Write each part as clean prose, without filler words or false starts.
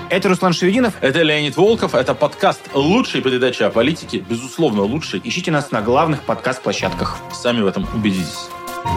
Это Руслан Шевединов. Это Леонид Волков. Это подкаст лучшей передачи о политике. Безусловно, лучшей. Ищите нас на главных подкаст-площадках. Сами в этом убедитесь.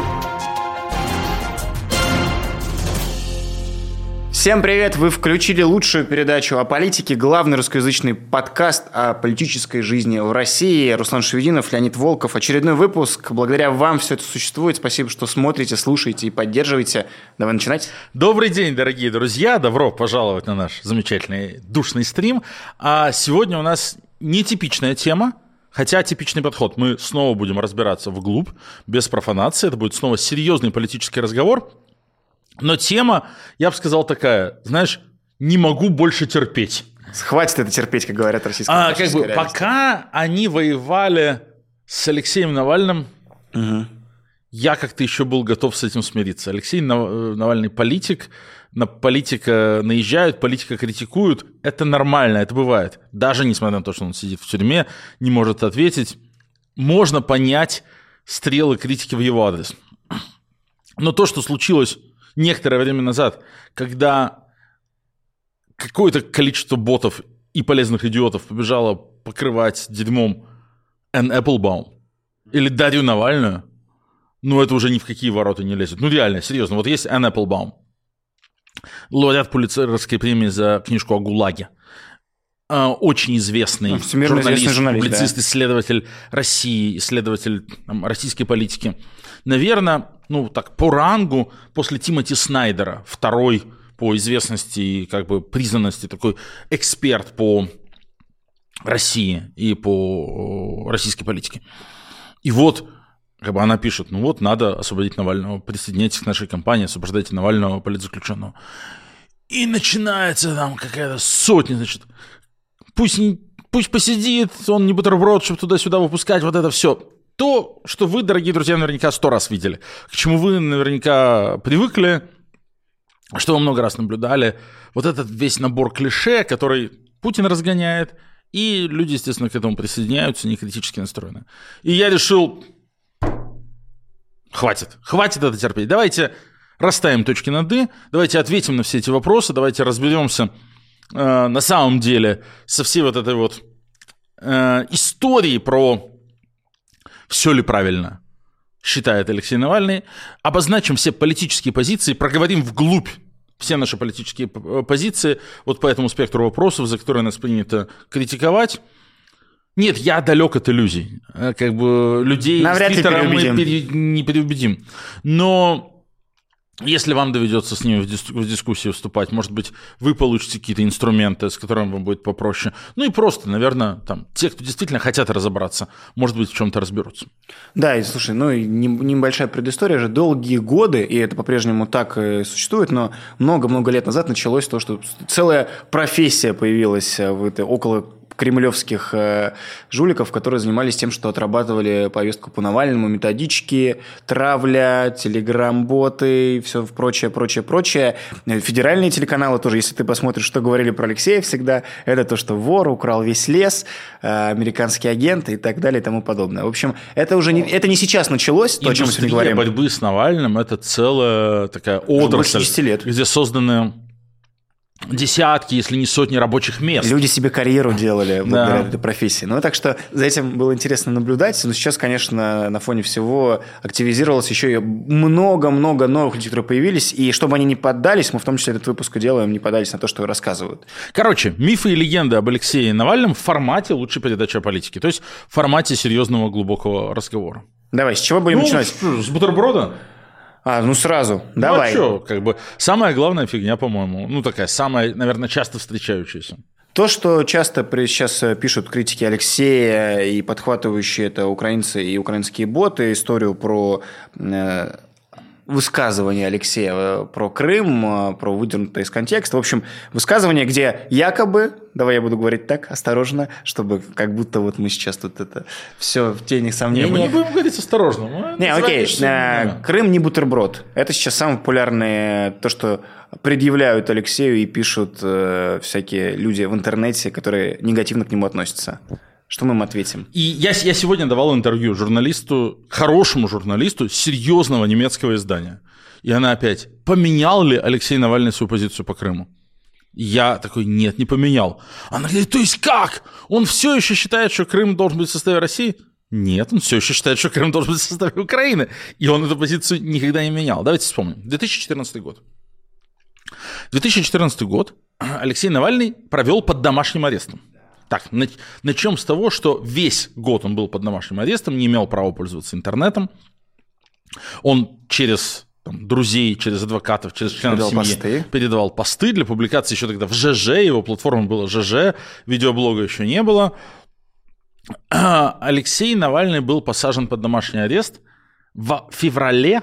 Всем привет! Вы включили лучшую передачу о политике, главный русскоязычный подкаст о политической жизни в России. Руслан Шевединов, Леонид Волков. Очередной выпуск. Благодаря вам все это существует. Спасибо, что смотрите, слушаете и поддерживаете. Давай начинать. Добрый день, дорогие друзья. Добро пожаловать на наш замечательный душный стрим. А сегодня у нас нетипичная тема. Хотя типичный подход. Мы снова будем разбираться вглубь, без профанации. Это будет снова серьезный политический разговор. Но тема, я бы сказал, такая, знаешь, не могу больше терпеть. Хватит это терпеть, как говорят российские политические реалисты. Пока они воевали с Алексеем Навальным, я как-то еще был готов с этим смириться. Алексей Навальный политик, на политика наезжают, политика критикуют. Это нормально, это бывает. Даже несмотря на то, что он сидит в тюрьме, не может ответить, можно понять стрелы критики в его адрес. Но то, что случилось некоторое время назад, когда какое-то количество ботов и полезных идиотов побежало покрывать дерьмом Энн Эпплбаум или Дарью Навальную, ну это уже ни в какие ворота не лезет. Ну реально, серьезно. Вот есть Энн Эпплбаум, лауреат Пулитцеровской премии за книжку о ГУЛАГе. Очень известный журналист, публицист, да. Исследователь России, исследователь российской политики. Наверное, ну так по рангу после Тимоти Снайдера, второй по известности и как бы признанности такой эксперт по России и по российской политике. И вот как бы она пишет, ну вот надо освободить Навального, присоединяйтесь к нашей кампании, освобождайте Навального, политзаключенного. И начинается там какая-то сотня, значит, пусть посидит, он не бутерброд, чтобы туда-сюда выпускать, вот это все. То, что вы, дорогие друзья, наверняка 100 раз видели, к чему вы наверняка привыкли, что вы много раз наблюдали, вот этот весь набор клише, который Путин разгоняет, и люди, естественно, к этому присоединяются, не критически настроены. И я решил, хватит это терпеть, давайте расставим точки над «и», давайте ответим на все эти вопросы, давайте разберемся на самом деле со всей вот этой вот историей про все ли правильно считает Алексей Навальный, обозначим все политические позиции, проговорим вглубь все наши политические позиции вот по этому спектру вопросов, за которые нас принято критиковать. Нет, я далек от иллюзий. Как бы людей с Твиттера мы не переубедим. Но если вам доведется с ними в дискуссии вступать, может быть, вы получите какие-то инструменты, с которыми вам будет попроще. Ну и просто, наверное, там, те, кто действительно хотят разобраться, может быть, в чем-то разберутся. Да, и слушай, ну и небольшая предыстория же. Долгие годы, и это по-прежнему так и существует, но много-много лет назад началось то, что целая профессия появилась в этой около кремлевских жуликов, которые занимались тем, что отрабатывали повестку по Навальному, методички, травля, телеграм-боты и все прочее. Федеральные телеканалы тоже, если ты посмотришь, что говорили про Алексея всегда, это то, что вор, украл весь лес, американский агент и так далее и тому подобное. В общем, это уже это не сейчас началось, то, о чем мы сегодня говорим. Борьбы с Навальным – это целая такая отрасль, где созданы десятки, если не сотни рабочих мест. Люди себе карьеру делали благодаря этой профессии. Ну, так что за этим было интересно наблюдать. Но сейчас, конечно, на фоне всего активизировалось еще и много-много новых людей, которые появились. И чтобы они не поддались, мы в том числе этот выпуск делаем, не поддались на то, что рассказывают. Короче, мифы и легенды об Алексее Навальном в формате лучшей передачи о политике. То есть в формате серьезного глубокого разговора. Давай, с чего будем начинать? С бутерброда? Сразу, давай. А что, как бы, самая главная фигня, по-моему, ну, такая самая, наверное, часто встречающаяся. То, что часто сейчас пишут критики Алексея и подхватывающие это украинцы и украинские боты, историю про высказывание Алексея про Крым, про выдернутое из контекста. В общем, высказывание, где якобы, давай я буду говорить так, осторожно, чтобы как будто вот мы сейчас тут это все в тени сомнений. Мы не будем говорить осторожно. Крым не бутерброд. Это сейчас самое популярное, то, что предъявляют Алексею и пишут всякие люди в интернете, которые негативно к нему относятся. Что мы им ответим? И я сегодня давал интервью журналисту, хорошему журналисту серьезного немецкого издания. И она опять: поменял ли Алексей Навальный свою позицию по Крыму? Я такой, нет, не поменял. Она говорит, то есть как? Он все еще считает, что Крым должен быть в составе России? Нет, он все еще считает, что Крым должен быть в составе Украины. И он эту позицию никогда не менял. Давайте вспомним. 2014 год. 2014 год Алексей Навальный провел под домашним арестом. Так, начнем с того, что весь год он был под домашним арестом, не имел права пользоваться интернетом. Он через друзей, через адвокатов, через членов семьи передавал посты для публикации еще тогда в ЖЖ, его платформа была ЖЖ, видеоблога еще не было. Алексей Навальный был посажен под домашний арест в феврале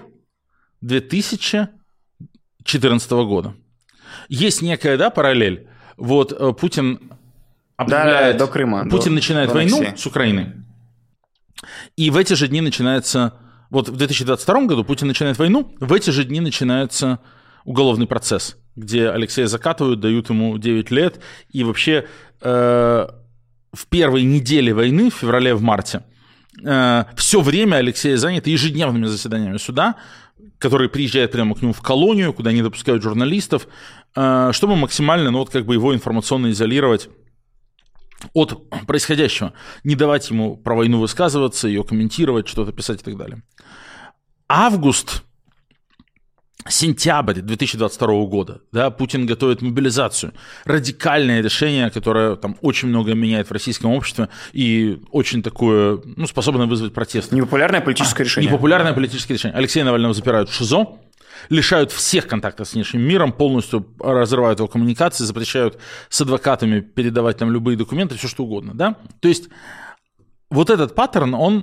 2014 года. Есть некая, параллель. Вот Путин объявляет, до Крыма, Путин начинает войну с Украиной, и в эти же дни начинается, вот в 2022 году Путин начинает войну, в эти же дни начинается уголовный процесс, где Алексея закатывают, дают ему 9 лет, и вообще в первой неделе войны, в феврале, в марте, все время Алексей занят ежедневными заседаниями суда, который приезжает прямо к нему в колонию, куда не допускают журналистов, чтобы максимально, его информационно изолировать от происходящего, не давать ему про войну высказываться, ее комментировать, что-то писать и так далее. Сентябрь 2022 года, Путин готовит мобилизацию. Радикальное решение, которое очень многое меняет в российском обществе и очень такое, способное вызвать протест. Непопулярное политическое решение. Непопулярное политическое решение. Алексея Навального запирают в ШИЗО, лишают всех контактов с внешним миром, полностью разрывают его коммуникации, запрещают с адвокатами передавать любые документы, все что угодно. То есть вот этот паттерн, он,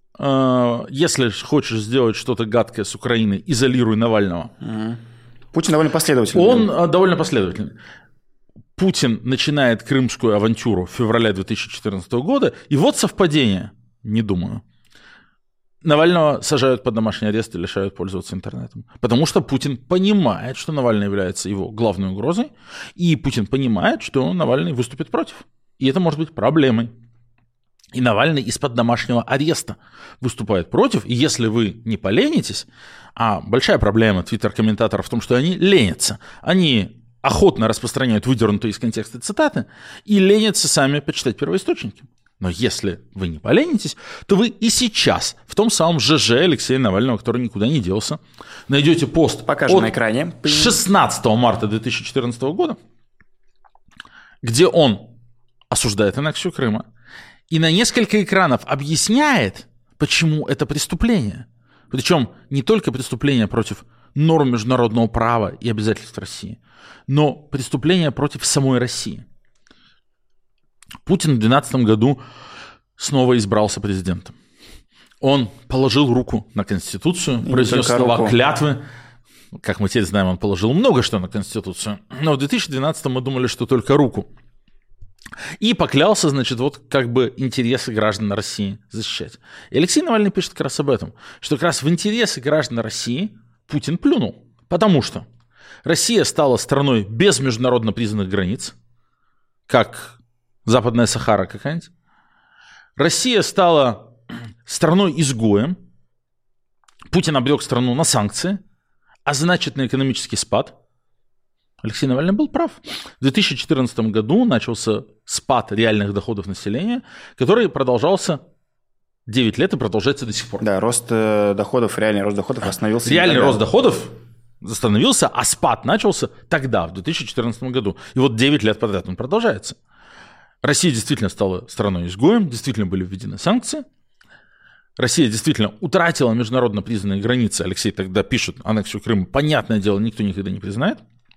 если хочешь сделать что-то гадкое с Украиной, изолируй Навального. Путин довольно последовательный. Он довольно последовательный. Путин начинает крымскую авантюру в феврале 2014 года, и вот совпадение, не думаю. Навального сажают под домашний арест и лишают пользоваться интернетом. Потому что Путин понимает, что Навальный является его главной угрозой, и Путин понимает, что Навальный выступит против. И это может быть проблемой. И Навальный из-под домашнего ареста выступает против, и если вы не поленитесь, а большая проблема твиттер-комментаторов в том, что они ленятся, они охотно распространяют выдернутые из контекста цитаты и ленятся сами почитать первоисточники. Но если вы не поленитесь, то вы и сейчас в том самом ЖЖ Алексея Навального, который никуда не делся, найдете пост Покажем на экране. 16 марта 2014 года, где он осуждает аннексию Крыма и на несколько экранов объясняет, почему это преступление. Причем не только преступление против норм международного права и обязательств России, но преступление против самой России. Путин в 2012 году снова избрался президентом. Он положил руку на Конституцию, произнес слова клятвы. Как мы теперь знаем, он положил много что на Конституцию. Но в 2012 мы думали, что только руку. И поклялся, интересы граждан России защищать. И Алексей Навальный пишет как раз об этом, что как раз в интересы граждан России Путин плюнул. Потому что Россия стала страной без международно признанных границ, как Западная Сахара какая-нибудь. Россия стала страной-изгоем. Путин обрек страну на санкции, а значит на экономический спад. Алексей Навальный был прав. В 2014 году начался спад реальных доходов населения, который продолжался 9 лет и продолжается до сих пор. Да, реальный рост доходов остановился. Реальный рост доходов остановился, а спад начался тогда, в 2014 году. И вот 9 лет подряд он продолжается. Россия действительно стала страной-изгоем, действительно были введены санкции. Россия действительно утратила международно признанные границы. Алексей тогда пишет аннексию Крыма. Понятное дело, никто никогда не признает.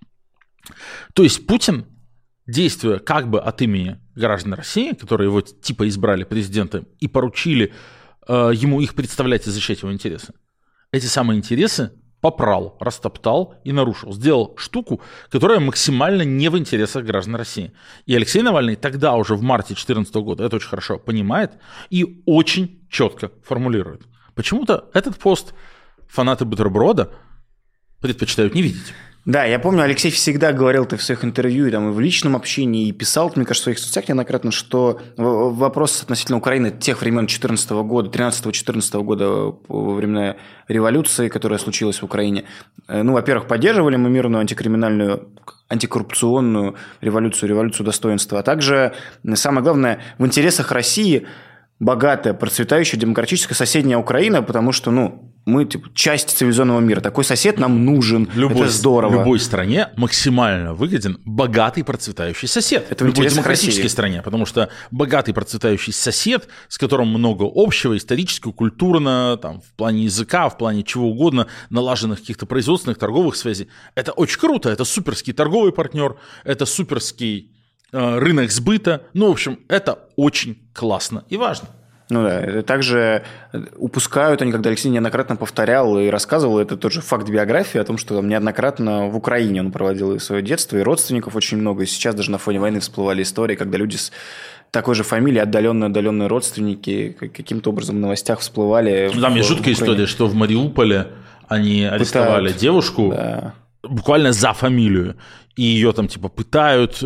То есть Путин, действуя как бы от имени граждан России, которые его типа избрали президентом и поручили ему их представлять и защищать его интересы, эти самые интересы попрал, растоптал и нарушил. Сделал штуку, которая максимально не в интересах граждан России. И Алексей Навальный тогда уже в марте 2014 года это очень хорошо понимает и очень четко формулирует. Почему-то этот пост фанаты бутерброда предпочитают не видеть. Да, я помню, Алексей всегда говорил в своих интервью, и в личном общении, и писал, мне кажется, в своих соцсетях неоднократно, что вопрос относительно Украины тех времен 2014 года, 13-14 года, во времена революции, которая случилась в Украине, во-первых, поддерживали мы мирную антикриминальную антикоррупционную революцию достоинства, а также, самое главное, в интересах России богатая, процветающая, демократическая соседняя Украина, потому что, мы часть цивилизованного мира. Такой сосед нам нужен. Это здорово. Любой стране максимально выгоден богатый, процветающий сосед. Это в любой демократической России. Стране, потому что богатый, процветающий сосед, с которым много общего, исторически, культурно, в плане языка, в плане чего угодно, налаженных каких-то производственных, торговых связей, это очень круто. Это суперский торговый партнер, это суперский рынок сбыта. В общем, это очень классно и важно. Также упускают они, когда Алексей неоднократно повторял и рассказывал, это тот же факт биографии, о том, что неоднократно в Украине он проводил и свое детство, и родственников очень много, и сейчас даже на фоне войны всплывали истории, когда люди с такой же фамилией, отдаленные родственники, каким-то образом в новостях всплывали. Там есть жуткая история, что в Мариуполе они арестовали девушку буквально за фамилию, и ее пытают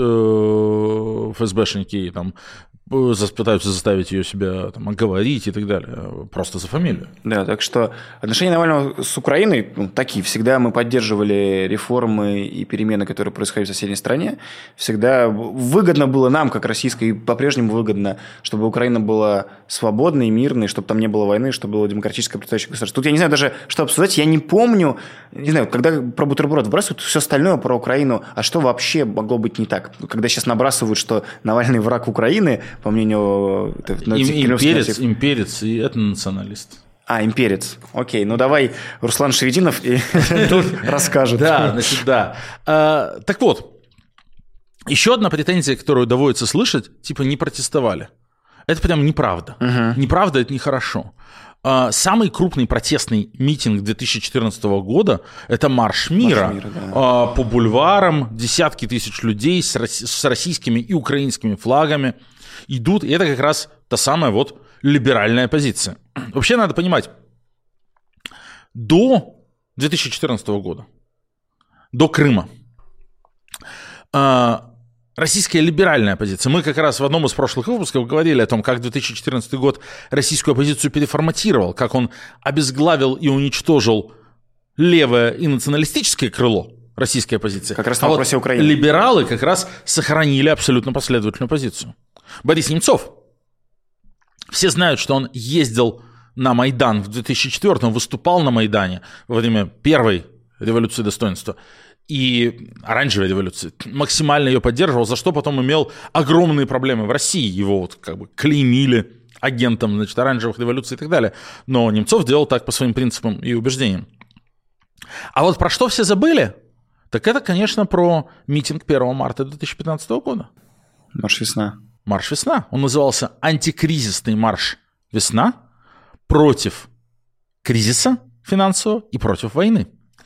ФСБшники, пытаются заставить ее себя оговорить и так далее, просто за фамилию. Да, так что отношения Навального с Украиной такие. Всегда мы поддерживали реформы и перемены, которые происходят в соседней стране. Всегда выгодно было нам, как российской, и по-прежнему выгодно, чтобы Украина была свободной, мирной, чтобы там не было войны, чтобы было демократическое процветающее государство. Тут я не знаю даже, что обсуждать. Я не помню, когда про бутерброд выбрасывают все остальное про Украину, а что вообще могло быть не так? Когда сейчас набрасывают, что Навальный враг Украины, по мнению... Имперец и этнонационалист. Имперец. Окей, давай Руслан Шевединов тут расскажет. Да. Так вот, еще одна претензия, которую доводится слышать, не протестовали. Это прям неправда. Неправда – это нехорошо. Самый крупный протестный митинг 2014 года – это Марш мира. По бульварам десятки тысяч людей с российскими и украинскими флагами идут, и это как раз та самая либеральная позиция. Вообще надо понимать, до 2014 года, до Крыма, российская либеральная оппозиция. Мы как раз в одном из прошлых выпусков говорили о том, как 2014 год российскую оппозицию переформатировал, как он обезглавил и уничтожил левое и националистическое крыло российской оппозиции. Как раз на вопросе Украины. Либералы как раз сохранили абсолютно последовательную позицию. Борис Немцов. Все знают, что он ездил на Майдан в 2004-м, выступал на Майдане во время первой революции достоинства и оранжевой революции, максимально ее поддерживал, за что потом имел огромные проблемы в России. Его клеймили агентом, оранжевых революций и так далее. Но Немцов делал так по своим принципам и убеждениям. А про что все забыли? Так это, конечно, про митинг 1 марта 2015 года. Марш «Весна». Марш «Весна». Он назывался «Антикризисный марш «Весна» против кризиса финансового и против войны».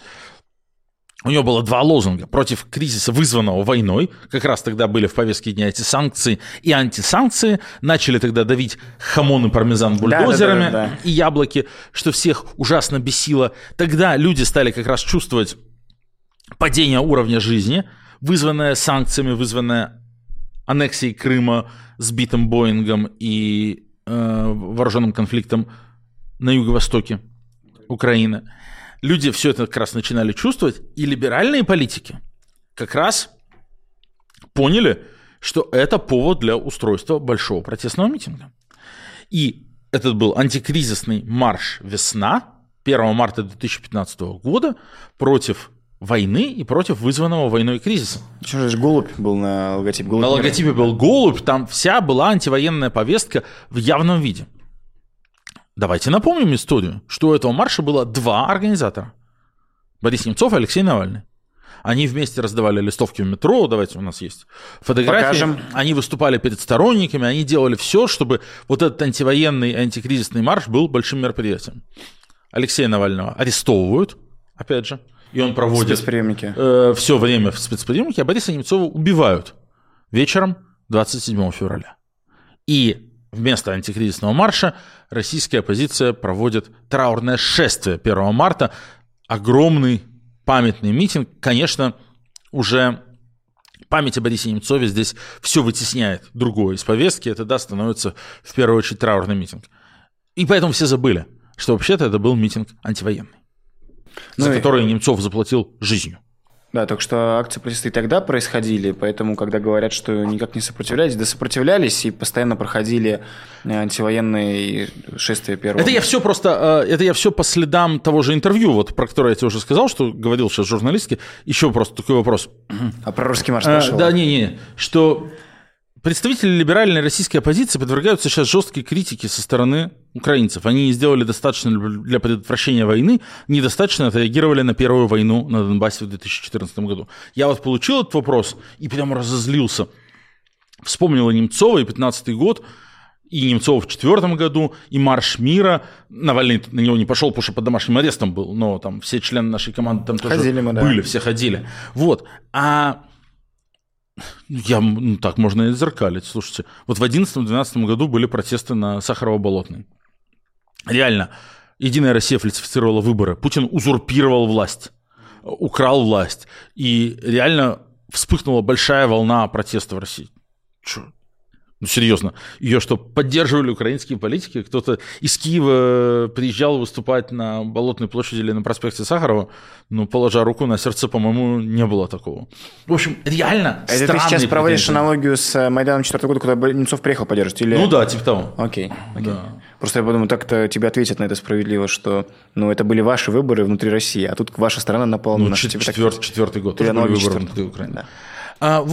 У него было два лозунга. Против кризиса, вызванного войной. Как раз тогда были в повестке дня эти санкции и антисанкции. Начали тогда давить хамон и пармезан бульдозерами и яблоки, что всех ужасно бесило. Тогда люди стали как раз чувствовать падение уровня жизни, вызванное санкциями, вызванное аннексией Крыма, сбитым Боингом и вооруженным конфликтом на юго-востоке Украины. Люди все это как раз начинали чувствовать, и либеральные политики как раз поняли, что это повод для устройства большого протестного митинга. И этот был антикризисный марш «Весна» 1 марта 2015 года против войны и против вызванного войной кризиса. Что же голубь был на логотипе? На логотипе был голубь, там вся была антивоенная повестка в явном виде. Давайте напомним историю, что у этого марша было два организатора. Борис Немцов и Алексей Навальный. Они вместе раздавали листовки в метро, давайте, у нас есть фотографии. Покажем. Они выступали перед сторонниками, они делали все, чтобы этот антивоенный, антикризисный марш был большим мероприятием. Алексея Навального арестовывают, опять же, и он проводит все время в спецприемнике, а Бориса Немцова убивают вечером 27 февраля. И вместо антикризисного марша российская оппозиция проводит траурное шествие 1 марта. Огромный памятный митинг. Конечно, уже память о Борисе Немцове здесь все вытесняет другое из повестки. Это, становится в первую очередь траурный митинг. И поэтому все забыли, что вообще-то это был митинг антивоенный, за который Немцов заплатил жизнью. Да, только что акции протеста и тогда происходили, поэтому, когда говорят, что никак не сопротивлялись, да сопротивлялись и постоянно проходили антивоенные шествия первого. Это я все по следам того же интервью, вот про которое я тебе уже сказал, что говорил сейчас журналистке. Еще просто такой вопрос. А про русский марш спрашивал? Да, что представители либеральной российской оппозиции подвергаются сейчас жесткой критике со стороны украинцев. Они не сделали достаточно для предотвращения войны, недостаточно отреагировали на первую войну на Донбассе в 2014 году. Я вот получил этот вопрос и прямо разозлился. Вспомнил и Немцова, и 15-й год, и Немцова в 2004 году, и марш мира. Навальный на него не пошел, потому что под домашним арестом был, но там все члены нашей команды там тоже были, все ходили. Вот. Так можно и зеркалить. Слушайте, вот в 2011-2012 году были протесты на Сахарово-Болотной. Реально, Единая Россия фальсифицировала выборы. Путин узурпировал власть, украл власть. И реально вспыхнула большая волна протеста в России. Чё? Ну, серьезно. Ее что, поддерживали украинские политики? Кто-то из Киева приезжал выступать на Болотной площади или на проспекте Сахарова? Ну, положа руку на сердце, по-моему, не было такого. В общем, реально странные. Это ты сейчас проводишь аналогию с Майданом 4 года, когда Немцов приехал поддерживать? Или... Ну да, типа того. Окей. Да. Просто я подумал, так-то тебе ответят на это справедливо, что это были ваши выборы внутри России, а тут ваша страна напала на нашу. Четвертый год. Тоже были выборы внутри Украины. Да.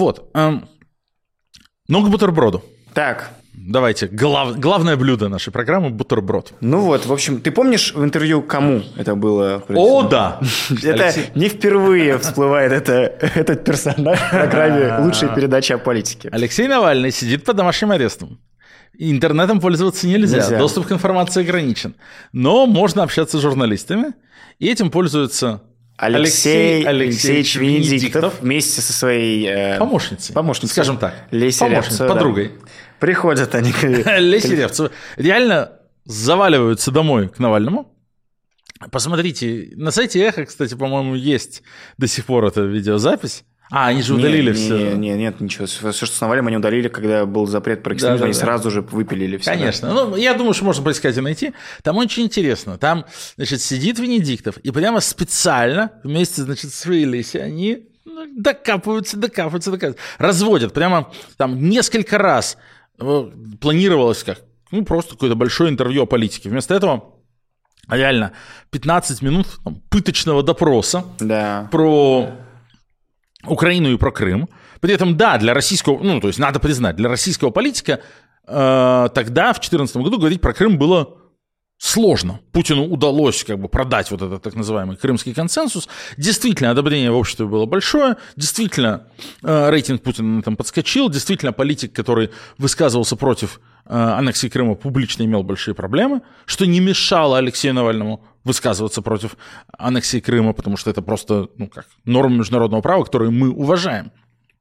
Но к бутерброду. Так. Давайте, главное блюдо нашей программы – бутерброд. Ну вот, в общем, ты помнишь в интервью кому это было? О, да! Это не впервые всплывает этот персонаж в программе «Лучшие передачи о политике». Алексей Навальный сидит под домашним арестом. Интернетом пользоваться нельзя, доступ к информации ограничен. Но можно общаться с журналистами, и этим пользуется... Алексей Алексеевич Венедиктов вместе со своей помощницей, скажем так, Лесей Рябцевой, подругой. Приходят они к Лесей Рябцевой. Реально заваливаются домой к Навальному. Посмотрите, на сайте Эхо, кстати, по-моему, есть до сих пор эта видеозапись. Они же удалили все. Нет, ничего. Все, что с Навальным, они удалили, когда был запрет про экстремизм, они сразу же выпилили все. Конечно. Я думаю, что можно поискать и найти. Там очень интересно. Там, сидит Венедиктов, и прямо специально вместе, с своей Лесей они докапываются. Разводят. Прямо там несколько раз планировалось просто какое-то большое интервью о политике. Вместо этого реально 15 минут пыточного допроса про Украину и про Крым. При этом, да, для российского, то есть надо признать, для российского политика тогда, в 2014 году, говорить про Крым было сложно. Путину удалось продать вот этот так называемый крымский консенсус. Действительно, одобрение в обществе было большое. Действительно, рейтинг Путина на этом подскочил. Действительно, политик, который высказывался против аннексии Крыма, публично имел большие проблемы, что не мешало Алексею Навальному высказываться против аннексии Крыма, потому что это просто нормы международного права, которые мы уважаем.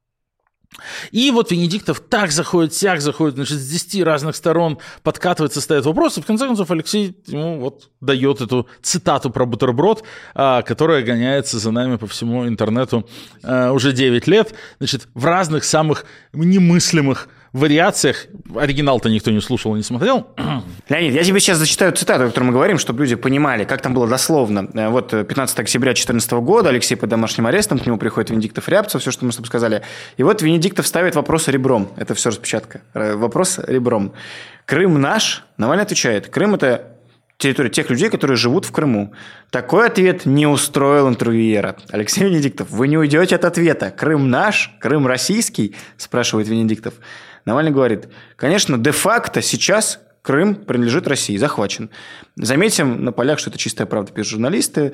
И вот Венедиктов так заходит, сяк заходит, с 10 разных сторон подкатывается, ставит вопросы. В конце концов, Алексей ему дает эту цитату про бутерброд, которая гоняется за нами по всему интернету уже 9 лет. В разных самых немыслимых вариациях. Оригинал-то никто не слушал и не смотрел. Леонид, я тебе сейчас зачитаю цитату, о которой мы говорим, чтобы люди понимали, как там было дословно. Вот 15 октября 2014 года, Алексей под домашним арестом, к нему приходит Венедиктов, Рябцев, все, что мы с тобой сказали. И вот Венедиктов ставит вопрос ребром. Это все распечатка. Вопрос ребром. Крым наш? Навальный отвечает. Крым – это территория тех людей, которые живут в Крыму. Такой ответ не устроил интервьюера. Алексей Венедиктов, вы не уйдете от ответа. Крым наш? Крым российский? Спрашивает Венедиктов. Навальный говорит, конечно, де-факто сейчас Крым принадлежит России, захвачен. Заметим на полях, что это чистая правда, пишут журналисты.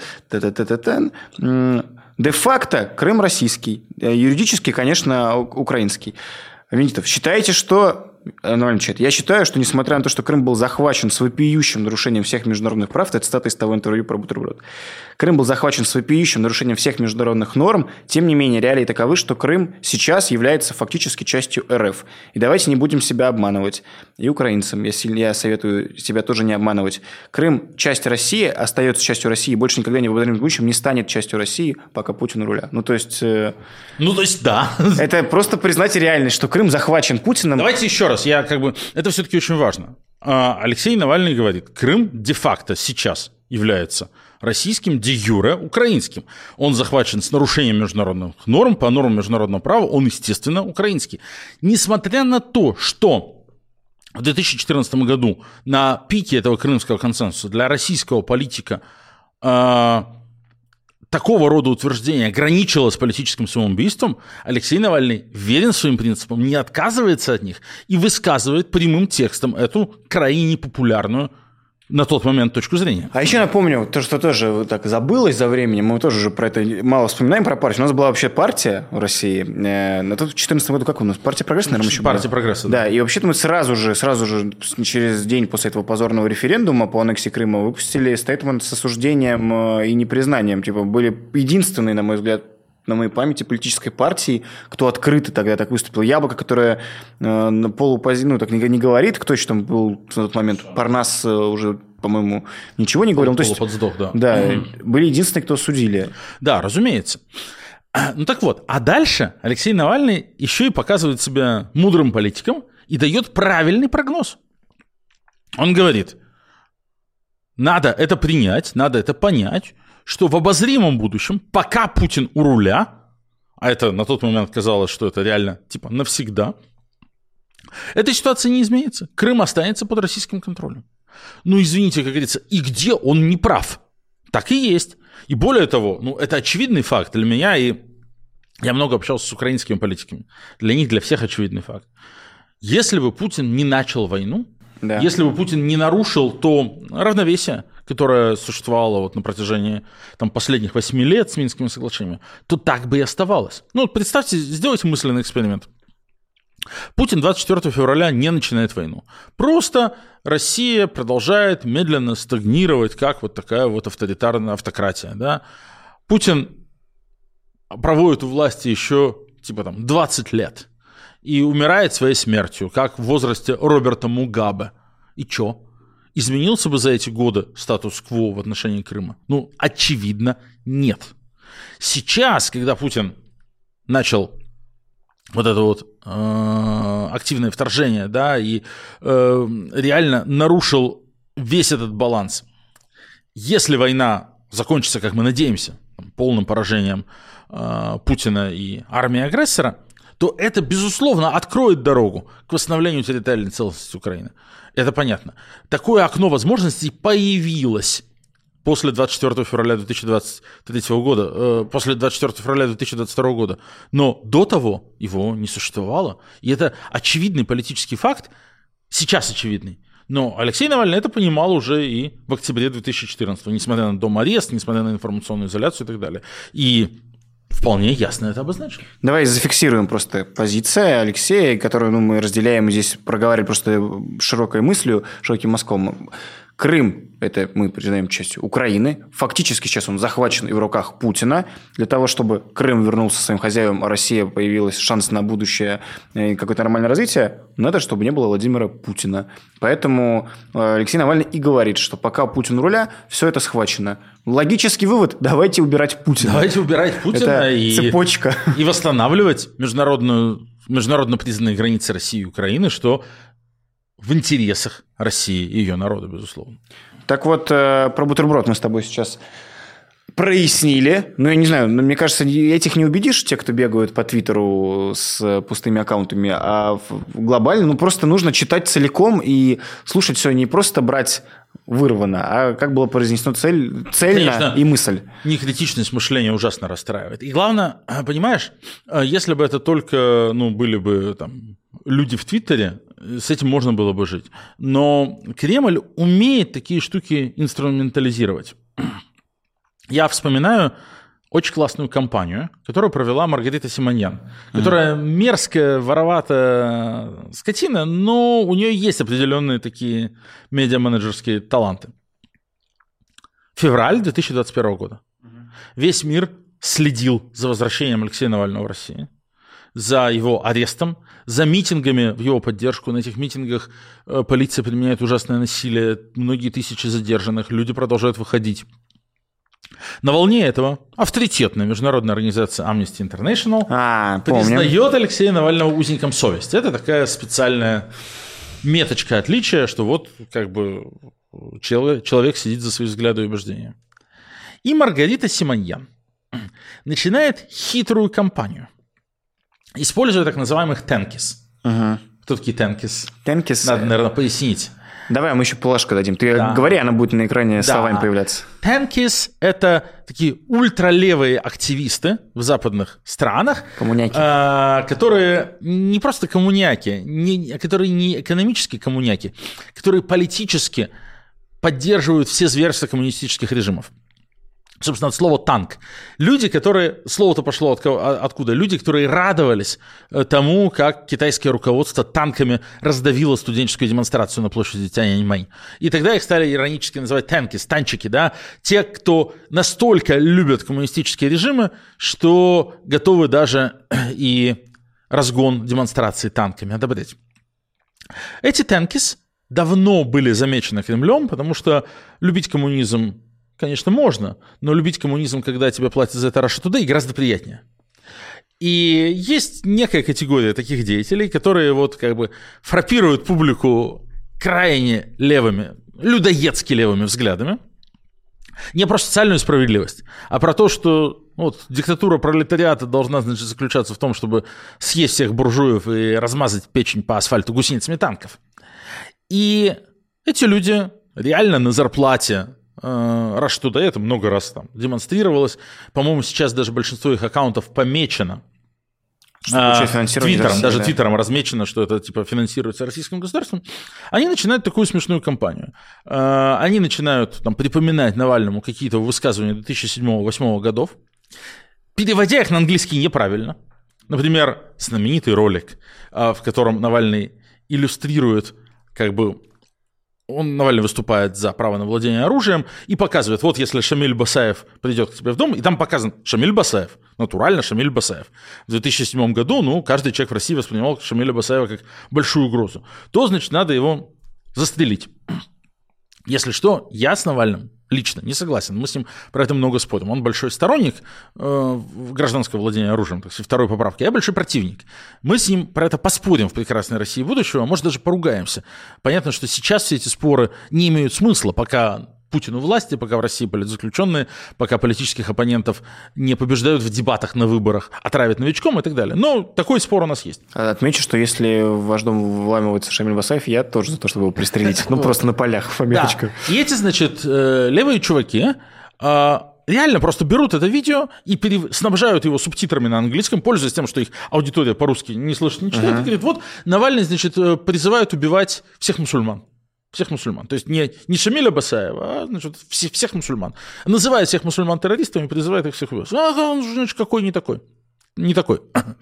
Де-факто Крым российский, юридически, конечно, украинский. Венедиктов, считаете, что... Навальный отвечает, я считаю, что несмотря на то, что Крым был захвачен с вопиющим нарушением всех международных прав, это цитата из того интервью про бутерброд. Крым был захвачен с вопиющим нарушением всех международных норм, тем не менее реалии таковы, что Крым сейчас является фактически частью РФ. И давайте не будем себя обманывать. И украинцам я советую себя тоже не обманывать. Крым – часть России, остается частью России, и больше никогда ни в обозримом будущем не станет частью России, пока Путин у руля. То есть, да. Это просто признать реальность, что Крым захвачен Путиным. Давайте еще раз. Это все-таки очень важно. Алексей Навальный говорит, Крым де-факто сейчас является российским, де юре украинским. Он захвачен с нарушением международных норм, по нормам международного права он, естественно, украинский. Несмотря на то, что в 2014 году на пике этого крымского консенсуса для российского политика такого рода утверждение ограничилось политическим самоубийством, Алексей Навальный верен своим принципам, не отказывается от них и высказывает прямым текстом эту крайне непопулярную на тот момент точку зрения. А еще напомню, то, что тоже так забылось за временем, мы тоже уже про это мало вспоминаем, про партию. У нас была вообще партия в России. На тот в 2014 году как у нас? Партия Прогресса, наверное, еще была? Партия Прогресса, да. И вообще-то мы сразу же, через день после этого позорного референдума по аннексии Крыма выпустили стейтмент с осуждением и непризнанием. Типа были единственные, на мой взгляд, на моей памяти политической партии, кто открыто тогда так выступил. Яблоко, которое на так не говорит, кто еще там был на тот момент. Парнас уже, по-моему, ничего не говорил. Полуподсдох, да. Да, были единственные, кто судили. Да, разумеется. Ну так вот, а дальше Алексей Навальный еще и показывает себя мудрым политиком и дает правильный прогноз. Он говорит, надо это принять, надо это понять, что в обозримом будущем, пока Путин у руля, а это на тот момент казалось, что это реально типа навсегда, эта ситуация не изменится. Крым останется под российским контролем. Ну, извините, как говорится, и где он не прав? Так и есть. И более того, это очевидный факт для меня, и я много общался с украинскими политиками. Для них, для всех очевидный факт. Если бы Путин не начал войну, да. Если бы Путин не нарушил то равновесие, которое существовало на протяжении последних 8 лет с Минскими соглашениями, то так бы и оставалось. Представьте, сделайте мысленный эксперимент. Путин 24 февраля не начинает войну. Просто Россия продолжает медленно стагнировать, как такая авторитарная автократия. Да? Путин проводит у власти еще 20 лет. И умирает своей смертью, как в возрасте Роберта Мугабе. И чё? Изменился бы за эти годы статус-кво в отношении Крыма? Очевидно, нет. Сейчас, когда Путин начал это активное вторжение, да, и реально нарушил весь этот баланс, если война закончится, как мы надеемся, полным поражением Путина и армии агрессора, то это, безусловно, откроет дорогу к восстановлению территориальной целостности Украины. Это понятно. Такое окно возможностей появилось после 24 февраля 2023 года, после 24 февраля 2022 года. Но до того его не существовало. И это очевидный политический факт, сейчас очевидный. Но Алексей Навальный это понимал уже и в октябре 2014, несмотря на дом-арест, несмотря на информационную изоляцию и так далее. И вполне ясно это обозначил. Давай зафиксируем просто позицию Алексея, которую мы разделяем, здесь проговаривали просто широкой мыслью, широким мазком. Крым – это мы признаем частью Украины. Фактически сейчас он захвачен и в руках Путина. Для того, чтобы Крым вернулся своим хозяевам, а Россия появилась шанс на будущее и какое-то нормальное развитие, надо, чтобы не было Владимира Путина. Поэтому Алексей Навальный и говорит, что пока Путин у руля, все это схвачено. Логический вывод – давайте убирать Путина. Давайте убирать Путина это и цепочка. И восстанавливать международно признанные границы России и Украины, что в интересах России и ее народа, безусловно. Так вот, про бутерброд мы с тобой сейчас прояснили. Я не знаю, мне кажется, этих не убедишь, те, кто бегают по Твиттеру с пустыми аккаунтами, а глобально, просто нужно читать целиком и слушать все, не просто брать вырвано, а как было произнесено цельно. Конечно, и мысль. Некритичность мышления ужасно расстраивает. И главное, понимаешь, если бы это только были бы люди в Твиттере, с этим можно было бы жить. Но Кремль умеет такие штуки инструментализировать. Я вспоминаю очень классную кампанию, которую провела Маргарита Симоньян, которая мерзкая, вороватая скотина, но у нее есть определенные такие медиа-менеджерские таланты. Февраль 2021 года. Весь мир следил за возвращением Алексея Навального в Россию, за его арестом, за митингами в его поддержку. На этих митингах полиция применяет ужасное насилие, многие тысячи задержанных, люди продолжают выходить. На волне этого авторитетная международная организация Amnesty International признает Алексея Навального узником совести. Это такая специальная меточка отличия, что человек сидит за свои взгляды и убеждения. И Маргарита Симоньян начинает хитрую кампанию, используя так называемых тенкис. Кто такие тенкис? Тенкис? Надо, наверное, пояснить. Давай, мы еще плашку дадим. Ты говори, она будет на экране словами появляться. Тенкис – это такие ультралевые активисты в западных странах. Коммуняки. Которые не просто коммуняки, которые не экономические коммуняки, которые политически поддерживают все зверства коммунистических режимов. Собственно, от слова «танк». Люди, которые... Слово-то пошло откуда? Люди, которые радовались тому, как китайское руководство танками раздавило студенческую демонстрацию на площади Тяньаньмэнь. И тогда их стали иронически называть танки, станчики, да? Те, кто настолько любят коммунистические режимы, что готовы даже и разгон демонстрации танками одобрять. Эти танкис давно были замечены Кремлем, потому что любить коммунизм, конечно, можно, но любить коммунизм, когда тебе платят за это Russia Today, гораздо приятнее. И есть некая категория таких деятелей, которые вот как бы фрапируют публику крайне левыми, людоедски левыми взглядами. Не про социальную справедливость, а про то, что вот, диктатура пролетариата должна, значит, заключаться в том, чтобы съесть всех буржуев и размазать печень по асфальту гусеницами танков. И эти люди реально на зарплате Russia Today, это много раз там демонстрировалось. По-моему, сейчас даже большинство их аккаунтов помечено Твиттером, даже Твиттером размечено, что это типа финансируется российским государством. Они начинают такую смешную кампанию. Они начинают там припоминать Навальному какие-то высказывания 2007-2008 годов, переводя их на английский неправильно. Например, знаменитый ролик, в котором Навальный иллюстрирует как бы... Навальный выступает за право на владение оружием и показывает, вот если Шамиль Басаев придет к тебе в дом, и там показан Шамиль Басаев, натурально Шамиль Басаев. В 2007 году, каждый человек в России воспринимал Шамиля Басаева как большую угрозу. То, значит, надо его застрелить. Если что, я с Навальным лично не согласен. Мы с ним про это много спорим. Он большой сторонник гражданского владения оружием, так сказать, второй поправки. Я большой противник. Мы с ним про это поспорим в прекрасной России будущего, а может даже поругаемся. Понятно, что сейчас все эти споры не имеют смысла, пока Путин у власти, пока в России политзаключенные, пока политических оппонентов не побеждают в дебатах на выборах, а травят новичком и так далее. Но такой спор у нас есть. Отмечу, что если в ваш дом вламывается Шамиль Басаев, я тоже за то, чтобы его пристрелить. Ну, просто на полях, пометочка. И эти, значит, левые чуваки реально просто берут это видео и снабжают его субтитрами на английском, пользуясь тем, что их аудитория по-русски не слышит, не читает, и говорит, вот Навальный, значит, призывает убивать всех мусульман. Всех мусульман. То есть не Шамиля Басаева, а значит, всех мусульман. Называет всех мусульман террористами, призывает их всех убивать. Он, значит, какой не такой. Не такой.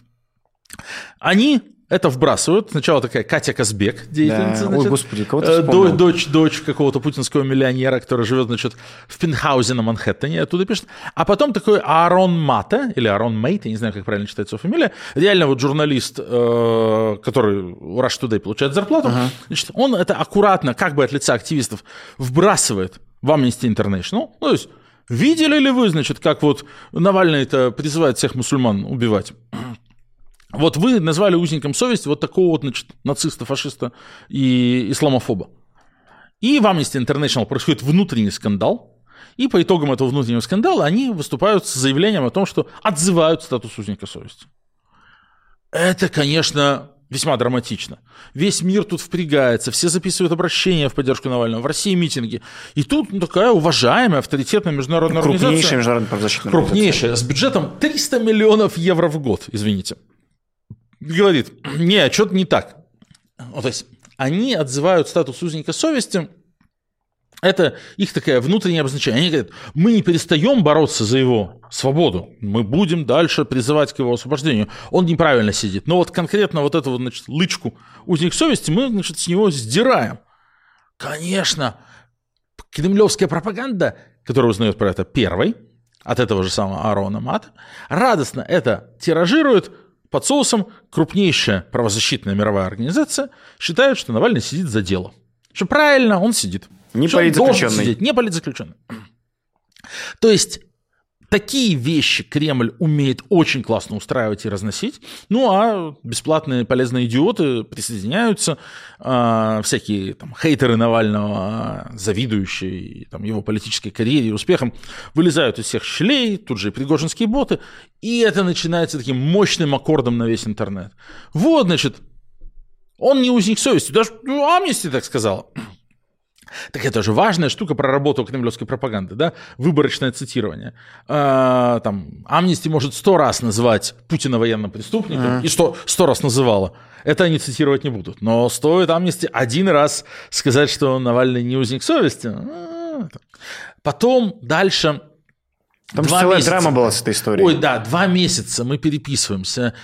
Они это вбрасывают. Сначала такая Катя Казбек, деятельница. Да. Значит, ой, господи, кого-то вспомнил. Дочь какого-то путинского миллионера, который живет, значит, в пентхаузе на Манхэттене, оттуда пишет. А потом такой Аарон Мата, или Аарон Мейт, я не знаю, как правильно читается его фамилия, реально вот журналист, который у Russia Today получает зарплату, значит, он это аккуратно, как бы от лица активистов, вбрасывает в Amnesty International. Ну, то есть, видели ли вы, значит, как вот Навальный-то призывает всех мусульман убивать? Вот вы назвали узником совести вот такого вот, значит, нациста, фашиста и исламофоба. И в Amnesty International происходит внутренний скандал, и по итогам этого внутреннего скандала они выступают с заявлением о том, что отзывают статус узника совести. Это, конечно, весьма драматично. Весь мир тут впрягается, все записывают обращения в поддержку Навального, в России митинги. И тут такая уважаемая, авторитетная международная организация. Крупнейшая международная правозащитная организация. Крупнейшая, с бюджетом 300 миллионов евро в год, извините. Говорит, не, что-то не так. Вот, то есть они отзывают статус узника совести, это их такое внутреннее обозначение. Они говорят, мы не перестаем бороться за его свободу, мы будем дальше призывать к его освобождению. Он неправильно сидит. Но вот конкретно вот эту вот, значит, лычку узник совести мы, значит, с него сдираем. Конечно, кремлевская пропаганда, которая узнает про это первой, от этого же самого Аарона Мата, радостно это тиражирует. Под соусом крупнейшая правозащитная мировая организация считает, что Навальный сидит за дело. Что правильно, он сидит. Не политзаключенный. Не политзаключенный. То есть Такие вещи Кремль умеет очень классно устраивать и разносить. Ну, а бесплатные полезные идиоты присоединяются, всякие там хейтеры Навального, завидующие там, его политической карьере и успехам, вылезают из всех щелей, тут же и пригожинские боты, и это начинается таким мощным аккордом на весь интернет. Вот, значит, он не узник совести, даже Amnesty так сказала. Так это же важная штука про работу кремлевской пропаганды, да? Выборочное цитирование. Там, Amnesty может 100 раз назвать Путина военным преступником, и 100 раз называла. Это они цитировать не будут. Но стоит Amnesty один раз сказать, что Навальный не узник совести. Потом дальше... Там же целая драма была с этой историей. Ой, да, 2 месяца мы переписываемся.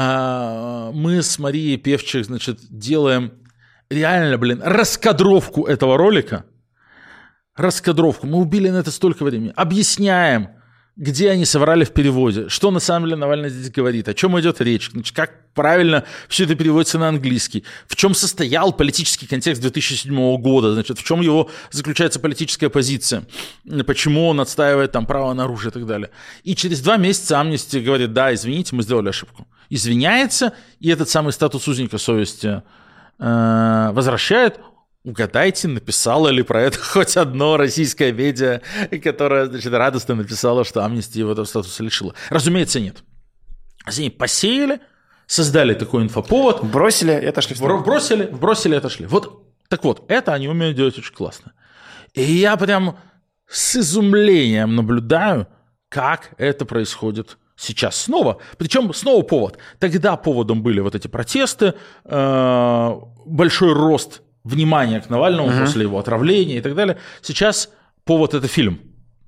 Мы с Марией Певчих, значит, делаем... Реально, раскадровку этого ролика. Раскадровку. Мы убили на это столько времени. Объясняем, где они соврали в переводе, что на самом деле Навальный здесь говорит, о чем идет речь, значит, как правильно все это переводится на английский, в чем состоял политический контекст 2007 года, значит, в чем его заключается политическая позиция, почему он отстаивает там право на оружие и так далее. И через 2 месяца Amnesty говорит, да, извините, мы сделали ошибку. Извиняется, и этот самый статус узника совести возвращает. Угадайте, написала ли про это хоть одно российское медиа, которое, значит, радостно написало, что Amnesty его этого статуса лишила. Разумеется, нет. Они посеяли, создали такой инфоповод. Бросили и отошли. Бросили и отошли. Вот, так вот, это они умеют делать очень классно. И я прям с изумлением наблюдаю, как это происходит сейчас снова. Причем снова повод. Тогда поводом были вот эти протесты, большой рост внимания к Навальному после его отравления и так далее. Сейчас повод – это фильм.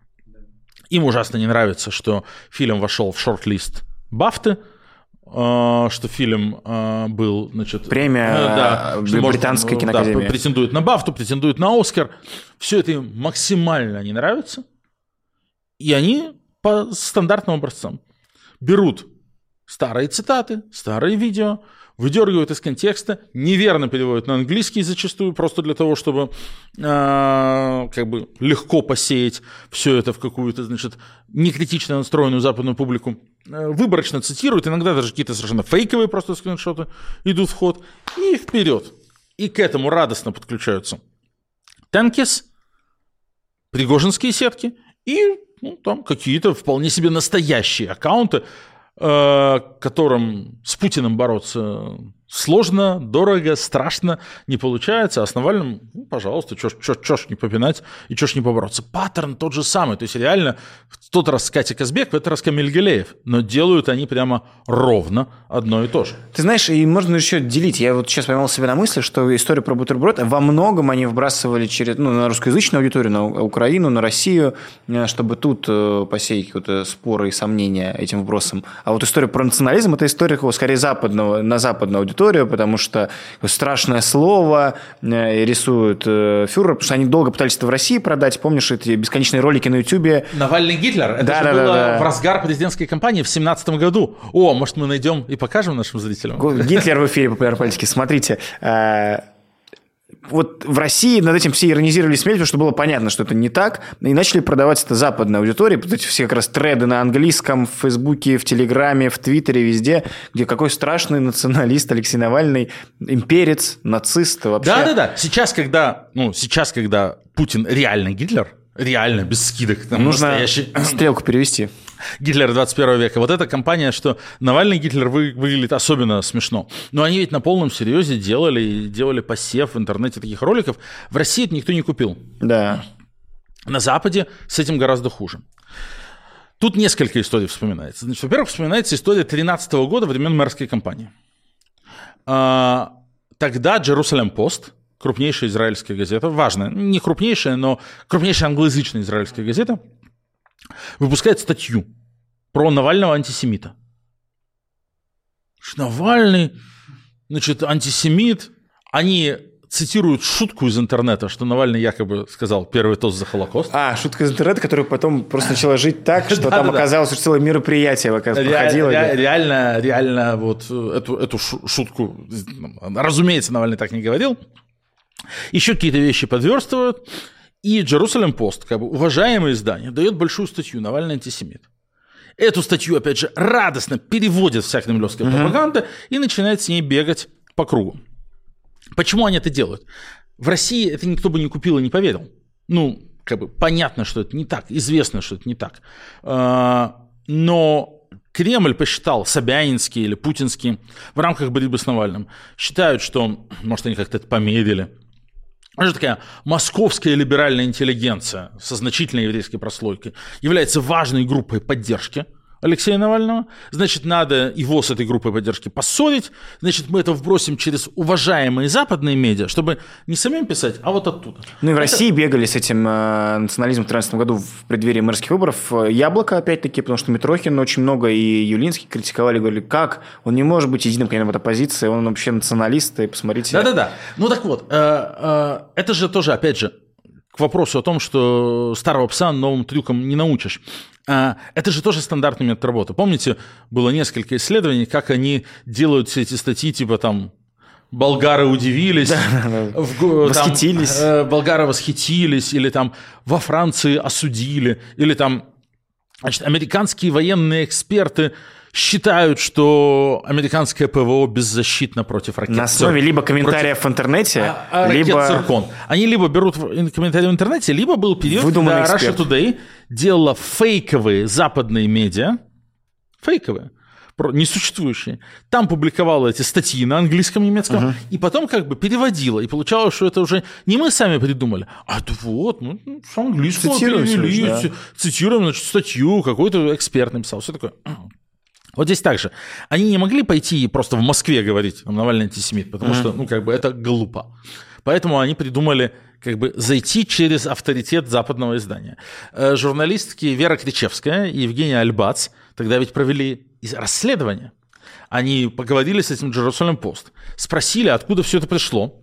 Им ужасно не нравится, что фильм вошел в шорт-лист Бафты, что фильм был, значит... Премия британской киноакадемии. Да, претендует на Бафту, претендует на Оскар. Все это им максимально не нравится. И они по стандартным образцам берут старые цитаты, старые видео, выдергивают из контекста, неверно переводят на английский зачастую, просто для того, чтобы как бы легко посеять все это в какую-то, значит, некритично настроенную западную публику, выборочно цитируют, иногда даже какие-то совершенно фейковые просто скриншоты идут в ход, и вперед. И к этому радостно подключаются Тенкис, пригожинские сетки и там какие-то вполне себе настоящие аккаунты, которым с Путиным бороться сложно, дорого, страшно, не получается, а с Навальным, пожалуйста, чё ж не попинать и чё ж не побороться. Паттерн тот же самый, то есть реально в тот раз Катя Казбек, в этот раз Камиль Галеев, но делают они прямо ровно одно и то же. Ты знаешь, и можно еще делить. Я вот сейчас поймал себя на мысли, что история про бутерброд во многом они вбрасывали через, на русскоязычную аудиторию, на Украину, на Россию, чтобы тут посеять какие-то споры и сомнения этим вбросом. А вот история про национализм – это история скорее на западную аудиторию, потому что страшное слово рисуют фюрер, потому что они долго пытались это в России продать. Помнишь эти бесконечные ролики на Ютубе? Навальный Гитлер. Это же было в разгар президентской кампании в 2017 году. О, может, мы найдем и покажем нашим зрителям? Гитлер в эфире «Популярной политики». Смотрите, вот в России над этим все иронизировали, смеялись, потому что было понятно, что это не так, и начали продавать это западной аудитории, вот эти все как раз треды на английском, в Фейсбуке, в Телеграме, в Твиттере, везде, где какой страшный националист Алексей Навальный, имперец, нацист вообще. Да-да-да, сейчас, когда Путин реально Гитлер, реально, без скидок, там нужно настоящий... стрелку перевести. Гитлер 21 века. Вот эта компания, что Навальный Гитлер выглядит особенно смешно. Но они ведь на полном серьезе делали посев в интернете таких роликов. В России это никто не купил. Да. На Западе с этим гораздо хуже. Тут несколько историй вспоминается. Значит, во-первых, вспоминается история 2013 года, времен мэрской кампании. Тогда Jerusalem Post, крупнейшая израильская газета, важная, не крупнейшая, но крупнейшая англоязычная израильская газета, выпускает статью про Навального антисемита. Навальный, значит, антисемит. Они цитируют шутку из интернета, что Навальный якобы сказал первый тост за Холокост. Шутка из интернета, которая потом просто начала жить так, что там оказалось, что целое мероприятие проходило. Реально вот эту шутку, разумеется, Навальный так не говорил. Еще какие-то вещи подверстывают. И Jerusalem Post, как бы уважаемое издание, дает большую статью «Навальный антисемит». Эту статью, опять же, радостно переводит вся кремлевская пропаганда и начинает с ней бегать по кругу. Почему они это делают? В России это никто бы не купил и не поверил. Ну, как бы понятно, что это не так, известно, что это не так. Но Кремль посчитал, Собянинский или Путинский, в рамках борьбы с Навальным, считают, что, может, они как-то это померили. Это такая московская либеральная интеллигенция со значительной еврейской прослойкой является важной группой поддержки Алексея Навального. Значит, надо его с этой группой поддержки поссорить. Значит, мы это вбросим через уважаемые западные медиа, чтобы не самим писать, а вот оттуда. Ну и в России бегали с этим национализмом в 2013 году в преддверии мэрских выборов. Яблоко, опять-таки, потому что Митрохин очень много и Явлинский критиковали, говорили, как он не может быть единым кандидатом от оппозиции, он вообще националист, и посмотрите. Да-да-да. Ну так вот, это же тоже, опять же, к вопросу о том, что старого пса новым трюкам не научишь. Это же тоже стандартный метод работы. Помните, было несколько исследований, как они делают все эти статьи, типа там болгары удивились, восхитились. Болгары восхитились, или там во Франции осудили, или там, значит, американские военные эксперты считают, что американское ПВО беззащитно против ракет. На основе либо комментариев в интернете, либо... Циркон. Они либо берут комментарии в интернете, либо был период, когда Russia Today делала фейковые западные медиа, фейковые, несуществующие. Там публиковала эти статьи на английском, немецком, и потом как бы переводила. И получалось, что это уже не мы сами придумали, а вот, ну, с английского перевели, да. Цитируем, значит, статью, какой-то эксперт написал, все такое... Вот здесь так же. Они не могли пойти и просто в Москве говорить, Навальный антисемит, потому что, ну, как бы это глупо. Поэтому они придумали, как бы, зайти через авторитет западного издания. Журналистки Вера Кричевская и Евгения Альбац тогда ведь провели расследование. Они поговорили с этим Jerusalem Post, спросили, откуда все это пришло.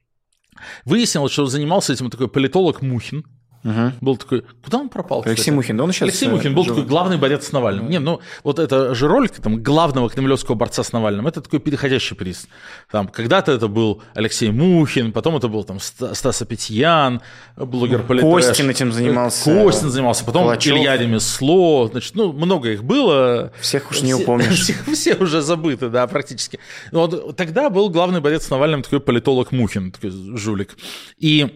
Выяснилось, что занимался этим такой политолог Мухин. Был такой, куда он пропал? Алексей Мухин, да он сейчас... Алексей Мухин был такой главный борец с Навальным. Не, ну вот это же ролик там, главного кремлевского борца с Навальным, это такой переходящий приз. Там, когда-то это был Алексей Мухин, потом это был там, Стас Апетьян, блогер-политтрэш. Костин этим занимался. Костин занимался, потом Калачев. Илья Ремесло. Значит, ну, много их было. Всех уж не упомнишь. Все уже забыты, да, практически. Вот, тогда был главный борец с Навальным такой политолог Мухин, такой жулик. И...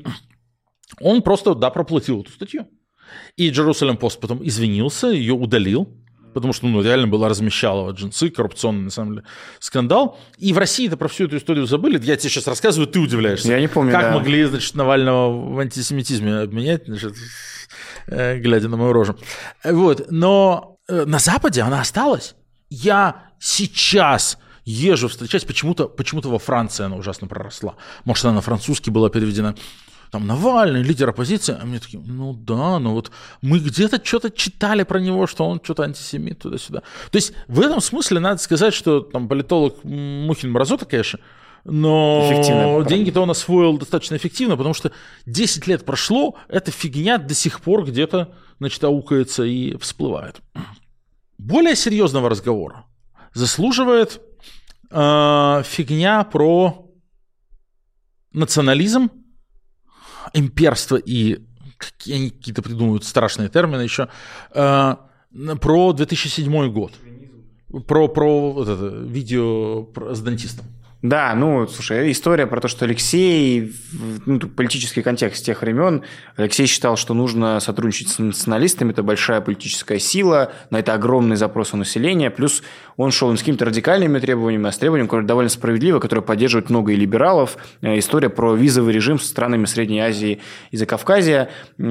он просто, да, проплатил эту статью. И Jerusalem Post потом извинился, ее удалил, потому что, ну, реально было размещалово джинсы, коррупционный, на самом деле, скандал. И в России-то про всю эту историю забыли. Я тебе сейчас рассказываю, ты удивляешься. Я не помню, как да. могли, значит, Навального в антисемитизме обменять, значит, глядя на мою рожу. Вот. Но на Западе она осталась. Я сейчас... езжу встречать, почему-то во Франции она ужасно проросла. Может, она на французский была переведена. Там Навальный, лидер оппозиции, а мне такие, ну да, ну вот мы где-то что-то читали про него, что он что-то антисемит туда-сюда. То есть в этом смысле надо сказать, что там политолог Мухин мразота, конечно, но деньги-то он освоил достаточно эффективно, потому что 10 лет прошло, эта фигня до сих пор где-то, значит, аукается и всплывает. Более серьезного разговора заслуживает фигня про национализм, имперство и они какие-то придумывают страшные термины еще, про 2007 год, про вот это видео с дантистом. Да, ну, слушай, история про то, что Алексей, ну, политический контекст тех времен, Алексей считал, что нужно сотрудничать с националистами, это большая политическая сила, на это огромный запрос у населения, плюс он шел не с какими-то радикальными требованиями, а с требованием, которые довольно справедливо, которые поддерживают много и либералов. История про визовый режим с странами Средней Азии и Закавказья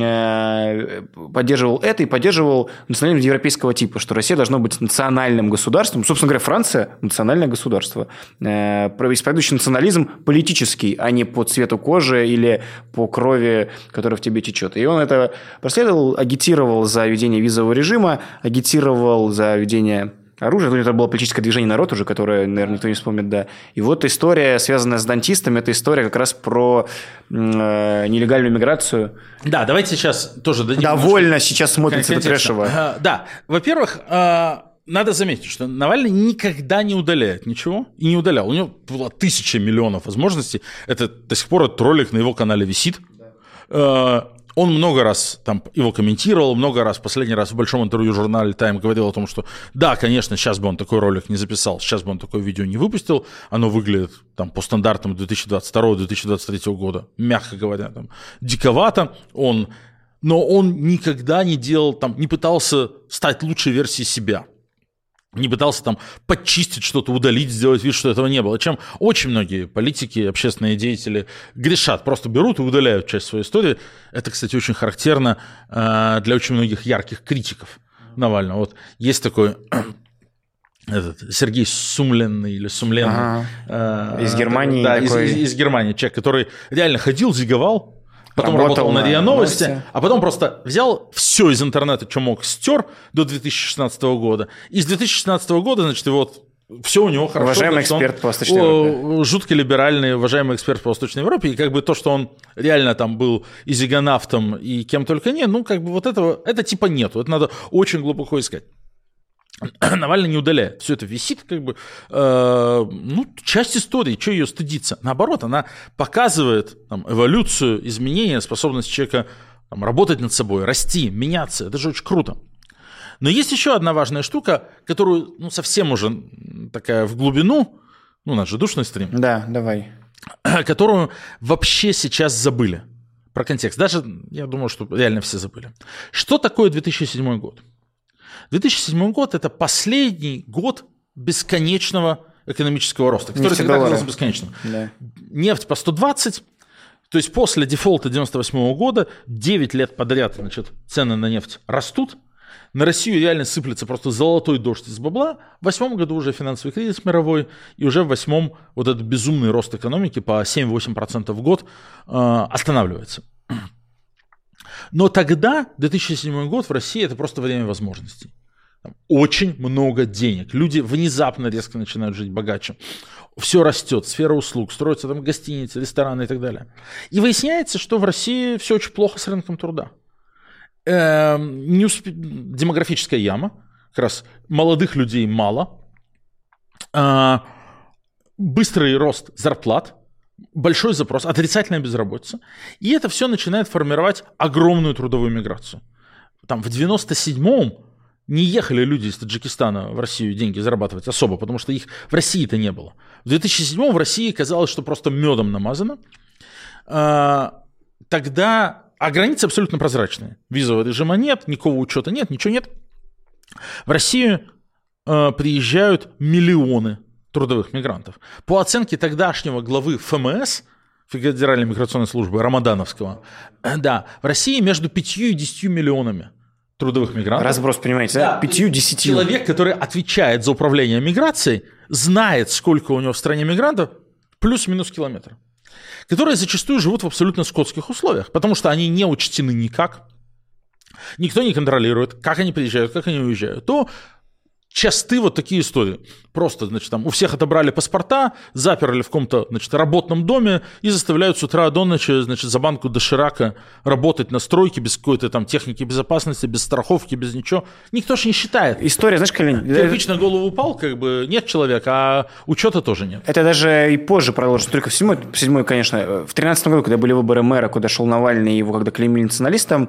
поддерживал это и поддерживал национализм европейского типа, что Россия должна быть национальным государством. Собственно говоря, Франция – национальное государство. Исповедующий национализм политический, а не по цвету кожи или по крови, которая в тебе течет. И он это проследовал, агитировал за введение визового режима, агитировал за введение оружия. Это было политическое движение «Народ» уже, которое, наверное, никто не вспомнит, да. И вот история, связанная с дантистами, это история как раз про нелегальную миграцию. Да, давайте сейчас тоже дадим... Довольно сейчас смотрится это трэшево. Да, во-первых... Надо заметить, что Навальный никогда не удаляет ничего, и не удалял. У него было 1000 миллионов возможностей. Это до сих пор этот ролик на его канале висит. Он много раз там его комментировал, много раз, последний раз в большом интервью в журнале Time говорил о том, что да, конечно, сейчас бы он такой ролик не записал, сейчас бы он такое видео не выпустил, оно выглядит там по стандартам 2022-2023 года, мягко говоря, там, диковато, но он никогда не делал, там, не пытался стать лучшей версией себя. Не пытался там подчистить что-то, удалить, сделать вид, что этого не было. Чем очень многие политики, общественные деятели грешат, просто берут и удаляют часть своей истории. Это, кстати, очень характерно для очень многих ярких критиков Навального. Вот есть такой Сергей Сумленный или Сумленный. Из Германии. Да, из Германии. Человек, который реально ходил, зиговал, потом работал на РИА Новости, а потом просто взял все из интернета, что мог, стер до 2016 года. И с 2016 года, значит, и вот все у него хорошо. Уважаемый эксперт по Восточной Европе. Жутко либеральный, уважаемый эксперт по Восточной Европе. И как бы то, что он реально там был и зигонавтом, и кем только не, ну как бы вот этого, это типа нету. Это надо очень глубоко искать. Навальный не удаляет. Все это висит, как бы, часть истории, что ее стыдиться. Наоборот, она показывает там, эволюцию, изменения, способность человека там, работать над собой, расти, меняться. Это же очень круто. Но есть еще одна важная штука, которую совсем уже такая в глубину, у нас же душный стрим. Да, давай. Которую вообще сейчас забыли. Про контекст. Даже, я думаю, что реально все забыли. Что такое 2007 год? 2007 год – это последний год бесконечного экономического роста, который всегда казался бесконечным. Да. Нефть по 120, то есть после дефолта 1998 года 9 лет подряд, значит, цены на нефть растут, на Россию реально сыплется просто золотой дождь из бабла. В 2008 году уже финансовый кризис мировой, и уже в 2008 вот этот безумный рост экономики по 7-8% в год останавливается. Но тогда, 2007 год в России, это просто время возможностей. Там очень много денег. Люди внезапно резко начинают жить богаче. Все растет, сфера услуг, строятся там гостиницы, рестораны и так далее. И выясняется, что в России все очень плохо с рынком труда. Демографическая яма, как раз молодых людей мало, быстрый рост зарплат, большой запрос, отрицательная безработица. И это все начинает формировать огромную трудовую миграцию. Там в 97-м не ехали люди из Таджикистана в Россию деньги зарабатывать особо, потому что их в России-то не было. В 2007-м в России казалось, что просто медом намазано. Тогда границы абсолютно прозрачные. Визового режима нет, никакого учета нет, ничего нет. В Россию приезжают миллионы трудовых мигрантов. По оценке тогдашнего главы ФМС, Федеральной миграционной службы, Рамадановского, да, в России между 5 и 10 миллионами трудовых мигрантов. Разброс, понимаете, да? 5-10. Человек, который отвечает за управление миграцией, знает, сколько у него в стране мигрантов, плюс-минус километр, которые зачастую живут в абсолютно скотских условиях, потому что они не учтены никак, никто не контролирует, как они приезжают, как они уезжают. То часты вот такие истории. Просто, значит, там у всех отобрали паспорта, заперли в каком-то, значит, работном доме и заставляют с утра до ночи, значит, за банку доширака работать на стройке без какой-то там техники безопасности, без страховки, без ничего. Никто же не считает. История, знаешь, кирпич на голову упал, как бы нет человека, а учета тоже нет. Это даже и позже продолжилось, только в седьмой, конечно. В 2013 году, когда были выборы мэра, куда шел Навальный, его когда клеймили националистом,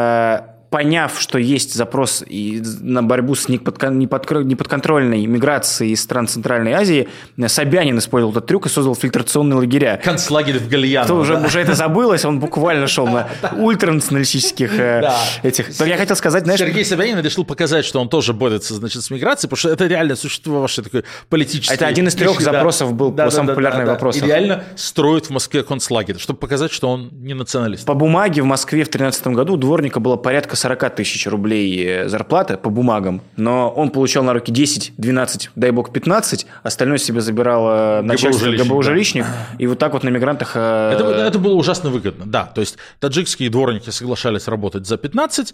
поняв, что есть запрос на борьбу с неподконтрольной миграцией из стран Центральной Азии, Собянин использовал этот трюк и создал фильтрационные лагеря. Концлагерь в Гальяново. Уже это забылось, он буквально шел на ультранационалистических этих. Я хотел сказать, знаешь... Сергей Собянин решил показать, что он тоже борется, значит, с миграцией, потому что это реально существовавший такой политический... Это один из 3 запросов был, самый популярный вопрос. И реально строит в Москве концлагерь, чтобы показать, что он не националист. По бумаге в Москве в 2013 году у дворника было порядка 40 тысяч рублей зарплаты по бумагам, но он получал на руки 10, 12, дай бог 15, остальное себе забирало начальство ГБУ жилищник, и вот так вот на мигрантах... Это было ужасно выгодно, да, то есть таджикские дворники соглашались работать за 15,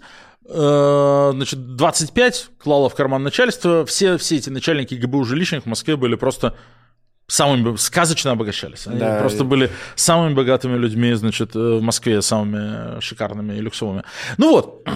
значит, 25 клало в карман начальства, все эти начальники ГБУ жилищник в Москве были просто... сказочно обогащались. Они просто были самыми богатыми людьми, значит, в Москве, самыми шикарными и люксовыми. Ну вот.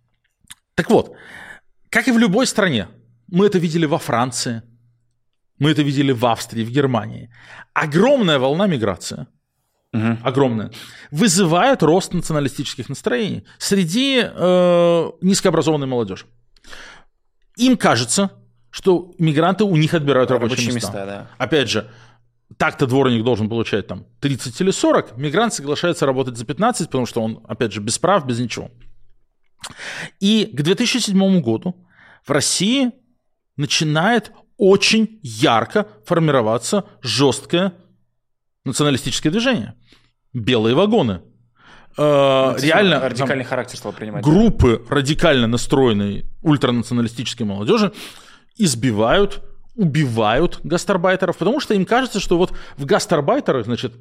Так вот, как и в любой стране, мы это видели во Франции, мы это видели в Австрии, в Германии. Огромная волна миграции огромное, вызывают рост националистических настроений среди низкообразованной молодежи. Им кажется, что мигранты у них отбирают рабочие места. Да. Опять же, так-то дворник должен получать там 30 или 40, мигрант соглашается работать за 15, потому что он, опять же, без прав, без ничего. И к 2007 году в России начинает очень ярко формироваться жесткое националистическое движение. Белые вагоны. Реально радикальный характер стал принимать. Группы радикально настроенной ультранационалистической молодежи избивают, убивают гастарбайтеров, потому что им кажется, что вот в гастарбайтерах, значит,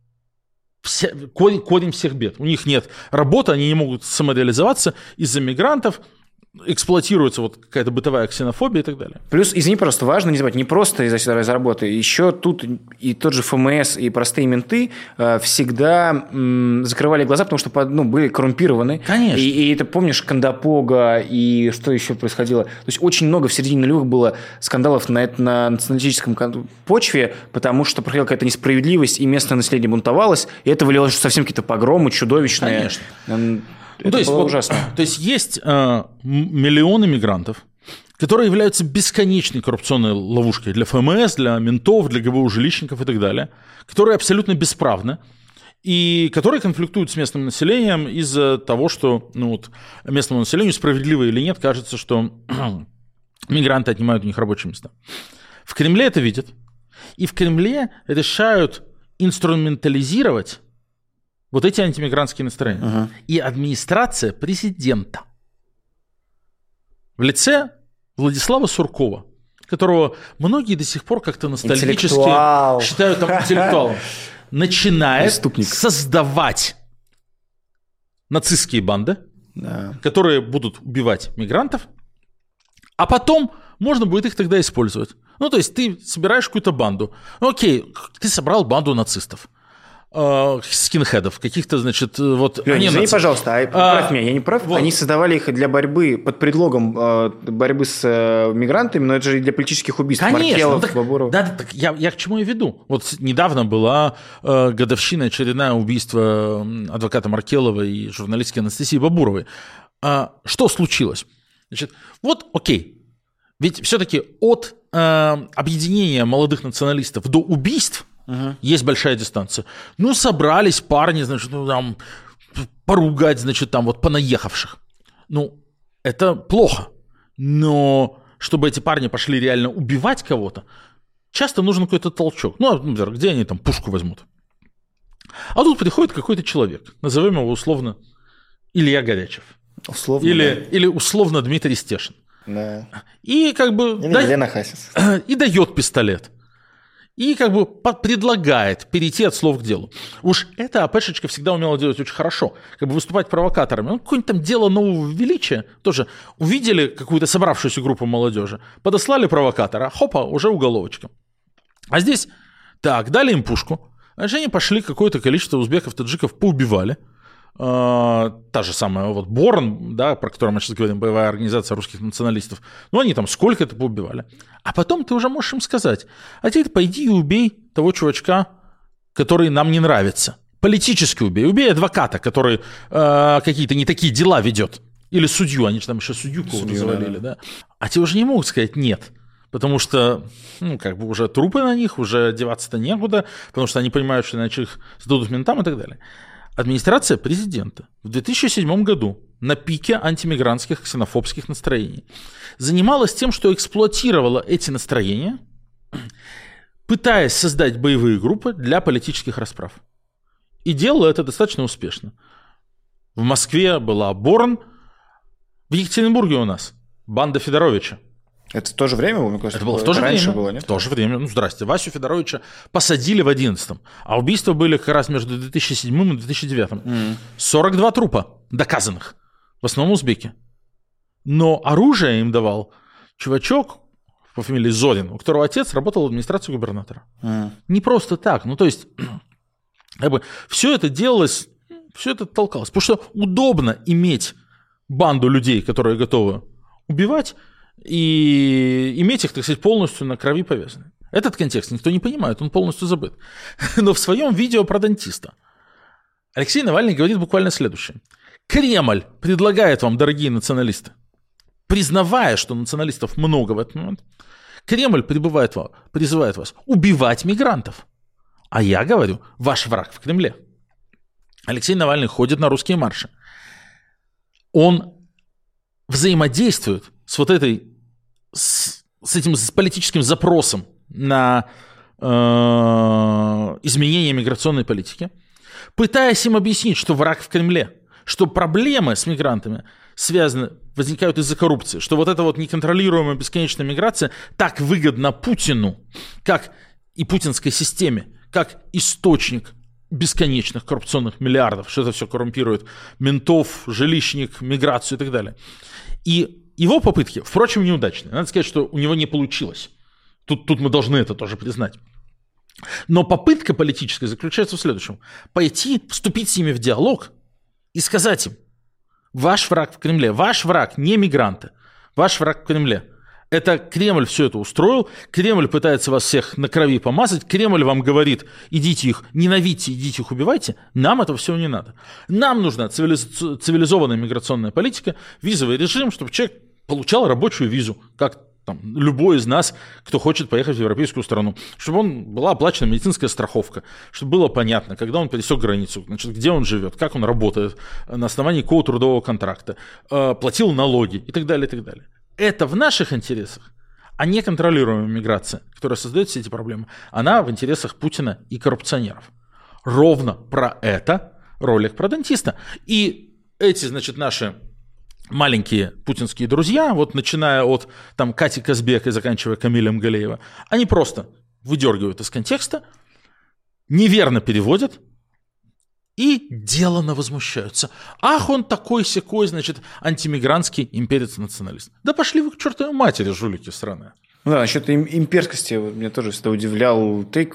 корень всех бед. У них нет работы, они не могут самореализоваться из-за мигрантов, эксплуатируется вот какая-то бытовая ксенофобия и так далее. Плюс, извини, просто важно не забывать, не просто из-за работы, еще тут и тот же ФМС, и простые менты всегда закрывали глаза, потому что были коррумпированы. Конечно. И это, помнишь, Кондопога и что еще происходило? То есть очень много в середине нулевых было скандалов на националистическом почве, потому что происходила какая-то несправедливость, и местное население бунтовалось, и это вылилось совсем какие-то погромы чудовищные. Конечно. То есть, было ужасно. То есть есть миллионы мигрантов, которые являются бесконечной коррупционной ловушкой для ФМС, для ментов, для ГБУ жилищников и так далее, которые абсолютно бесправны и которые конфликтуют с местным населением из-за того, что местному населению, справедливо или нет, кажется, что мигранты отнимают у них рабочие места. В Кремле это видят, и в Кремле решают инструментализировать вот эти антимигрантские настроения. И администрация президента в лице Владислава Суркова, которого многие до сих пор как-то ностальгически считают там интеллектуалом, начинает создавать нацистские банды, которые будут убивать мигрантов, а потом можно будет их тогда использовать. То есть ты собираешь какую-то банду. Окей, ты собрал банду нацистов. Скинхедов, каких-то, значит, вот... Лёня, извини, пожалуйста, поправь меня, я не прав? Вот. Они создавали их для борьбы, под предлогом борьбы с мигрантами, но это же и для политических убийств. Конечно. Маркелов, Бабуров. Да, так я к чему и веду. Вот недавно была годовщина, очередное убийство адвоката Маркелова и журналистки Анастасии Бабуровой. Что случилось? Значит, вот, окей, ведь все-таки от объединения молодых националистов до убийств есть большая дистанция. Собрались парни, значит, там, поругать, значит, там вот понаехавших. Это плохо. Но чтобы эти парни пошли реально убивать кого-то, часто нужен какой-то толчок. Например, где они там пушку возьмут? А тут приходит какой-то человек, назовем его условно Илья Горячев. Условно, или условно Дмитрий Стешин. Да. И как бы... Елена Хасис. И дает пистолет. И как бы предлагает перейти от слов к делу. Уж это АПшечка всегда умела делать очень хорошо. Как бы выступать провокаторами. Какое-нибудь там дело нового величия. Тоже увидели какую-то собравшуюся группу молодежи, подослали провокатора, хопа, уже уголовочка. А здесь, так, дали им пушку. Значит, они пошли, какое-то количество узбеков, таджиков поубивали. Та же самая вот Борн, да, про которую мы сейчас говорим, боевая организация русских националистов, они там сколько-то поубивали. А потом ты уже можешь им сказать, а теперь пойди и убей того чувачка, который нам не нравится. Политически убей адвоката, который какие-то не такие дела ведет. Или судью, они же там еще судью кого-то завалили, да. А те уже не могут сказать нет. Потому что, как бы уже трупы на них, уже деваться-то некуда, потому что они понимают, что иначе их сдадут ментам и так далее. Администрация президента в 2007 году на пике антимигрантских ксенофобских настроений занималась тем, что эксплуатировала эти настроения, пытаясь создать боевые группы для политических расправ. И делала это достаточно успешно. В Москве была Борн, в Екатеринбурге у нас банда Федоровича. Это в то же время было? Мне кажется, это было в то же раньше время. Было, нет? В то же время. Здрасте. Васю Федоровича посадили в 11-м, а убийства были как раз между 2007 и 2009. 42 трупа доказанных. В основном узбеки. Но оружие им давал чувачок по фамилии Зорин, у которого отец работал в администрации губернатора. Не просто так. То есть, как бы, все это делалось, все это толкалось. Потому что удобно иметь банду людей, которые готовы убивать, и иметь их, так сказать, полностью на крови повязаны. Этот контекст никто не понимает, он полностью забыт. Но в своем видео про дантиста Алексей Навальный говорит буквально следующее. Кремль предлагает вам, дорогие националисты, признавая, что националистов много в этот момент, Кремль призывает вас убивать мигрантов. А я говорю, ваш враг в Кремле. Алексей Навальный ходит на русские марши. Он взаимодействует с этим политическим запросом на изменение миграционной политики, пытаясь им объяснить, что враг в Кремле, что проблемы с мигрантами возникают из-за коррупции, что вот эта вот неконтролируемая бесконечная миграция так выгодна Путину, как и путинской системе, как источник бесконечных коррупционных миллиардов, что это все коррумпирует ментов, жилищник, миграцию и так далее. И его попытки, впрочем, неудачные. Надо сказать, что у него не получилось. Тут мы должны это тоже признать. Но попытка политическая заключается в следующем. Пойти, вступить с ними в диалог и сказать им, ваш враг в Кремле, ваш враг не мигранты, ваш враг в Кремле. Это Кремль все это устроил, Кремль пытается вас всех на крови помазать, Кремль вам говорит, идите их ненавидьте, идите их убивайте, нам этого всего не надо. Нам нужна цивилизованная миграционная политика, визовый режим, чтобы человек получал рабочую визу, как там, любой из нас, кто хочет поехать в европейскую страну, чтобы была оплачена медицинская страховка, чтобы было понятно, когда он пересек границу, значит, где он живет, как он работает, на основании какого трудового контракта, платил налоги и так далее, и так далее. Это в наших интересах, а не контролируемая миграция, которая создает все эти проблемы. Она в интересах Путина и коррупционеров. Ровно про это ролик про дантиста. И эти, значит, наши маленькие путинские друзья, вот начиная от там, Кати Казбек и заканчивая Камилем Галеева, они просто выдергивают из контекста, неверно переводят, и деланно возмущаются. Ах, он такой-сякой, значит, антимигрантский имперец-националист. Да пошли вы к чертовой матери, жулики сраные. Ну да, насчет имперскости меня тоже всегда удивлял тейк.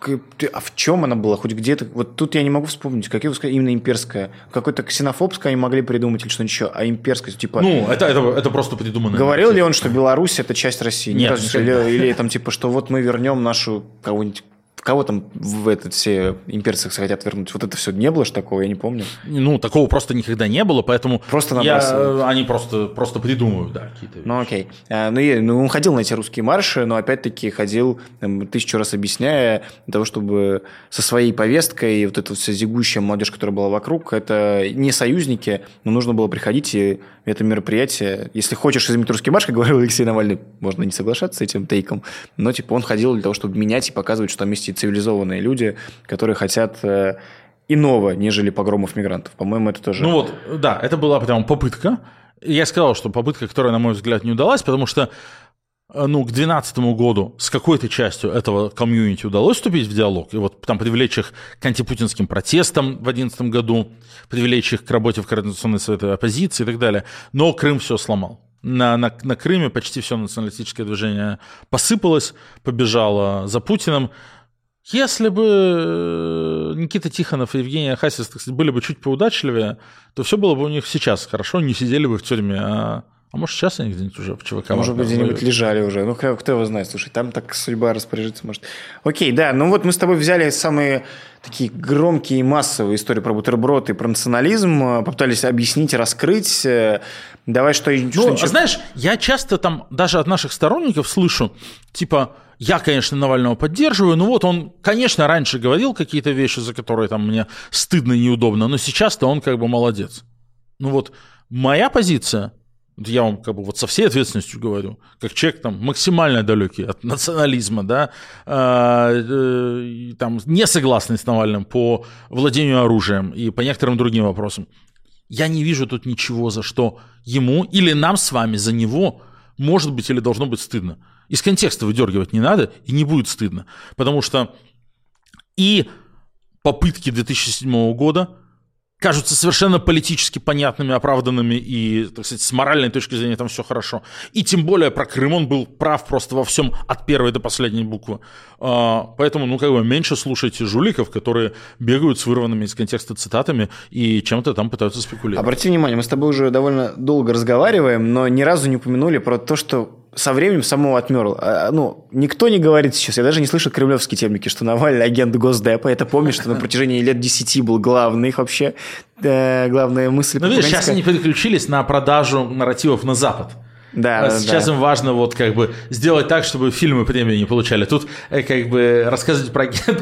А в чем она была? Хоть где-то? Вот тут я не могу вспомнить, какая именно имперская. Какой-то ксенофобская они могли придумать или что-нибудь еще, а имперская, типа... Ну, это просто придумано. Говорил ли он, что Беларусь – это часть России? Нет. Или там типа, что вот мы вернем нашу кого-нибудь... Кого там в этот все имперцы хотят вернуть? Вот это все не было ж такого, я не помню. Ну, такого просто никогда не было, поэтому просто они просто придумывают, да, какие-то вещи. Ну, окей. Он ходил на эти русские марши, но опять-таки ходил 1000 раз объясняя для того, чтобы со своей повесткой, вот эта вся зигующая молодежь, которая была вокруг, это не союзники, но нужно было приходить и это мероприятие. Если хочешь изменить русский марш, как говорил Алексей Навальный, можно не соглашаться с этим тейком, но типа он ходил для того, чтобы менять и показывать, что там есть цивилизованные люди, которые хотят иного, нежели погромов мигрантов. По-моему, это тоже... Ну вот, да, это была прям попытка. Я сказал, что попытка, которая, на мой взгляд, не удалась, потому что к 2012 году с какой-то частью этого комьюнити удалось вступить в диалог, и вот там привлечь их к антипутинским протестам в 2011 году, привлечь их к работе в Координационной совете оппозиции и так далее. Но Крым все сломал. На Крыме почти все националистическое движение посыпалось, побежало за Путиным. Если бы Никита Тихонов и Евгений Ахасис, кстати, были бы чуть поудачливее, то все было бы у них сейчас хорошо, не сидели бы в тюрьме, а может, сейчас они где-нибудь уже в ЧВК. Может быть, где-нибудь лежали уже. Ну, кто его знает, слушай, там так судьба распоряжиться может. Окей, да, ну вот мы с тобой взяли самые такие громкие и массовые истории про бутерброд и про национализм, попытались объяснить, раскрыть. Давай что-нибудь... Знаешь, я часто там даже от наших сторонников слышу, типа, я, конечно, Навального поддерживаю, но вот он, конечно, раньше говорил какие-то вещи, за которые там мне стыдно и неудобно, но сейчас-то он как бы молодец. Ну вот моя позиция... Я вам как бы вот со всей ответственностью говорю, как человек там максимально далекий от национализма, да, там не согласный с Навальным по владению оружием и по некоторым другим вопросам. Я не вижу тут ничего, за что ему или нам с вами за него может быть или должно быть стыдно. Из контекста выдергивать не надо и не будет стыдно, потому что и попытки 2007 года кажутся совершенно политически понятными, оправданными, и, так сказать, с моральной точки зрения там все хорошо. И тем более про Крым он был прав просто во всем от первой до последней буквы. Поэтому, меньше слушайте жуликов, которые бегают с вырванными из контекста цитатами и чем-то там пытаются спекулировать. Обрати внимание, мы с тобой уже довольно долго разговариваем, но ни разу не упомянули про то, что со временем само отмерло. Никто не говорит сейчас, я даже не слышу кремлевские темники, что Навальный агент Госдепа. Это помнишь, что на протяжении лет 10 был главный их вообще, главная мысль. Ну, видишь, сейчас они переключились на продажу нарративов на Запад. Да, сейчас им важно вот как бы сделать так, чтобы фильмы премии не получали. Тут как бы рассказывать про агента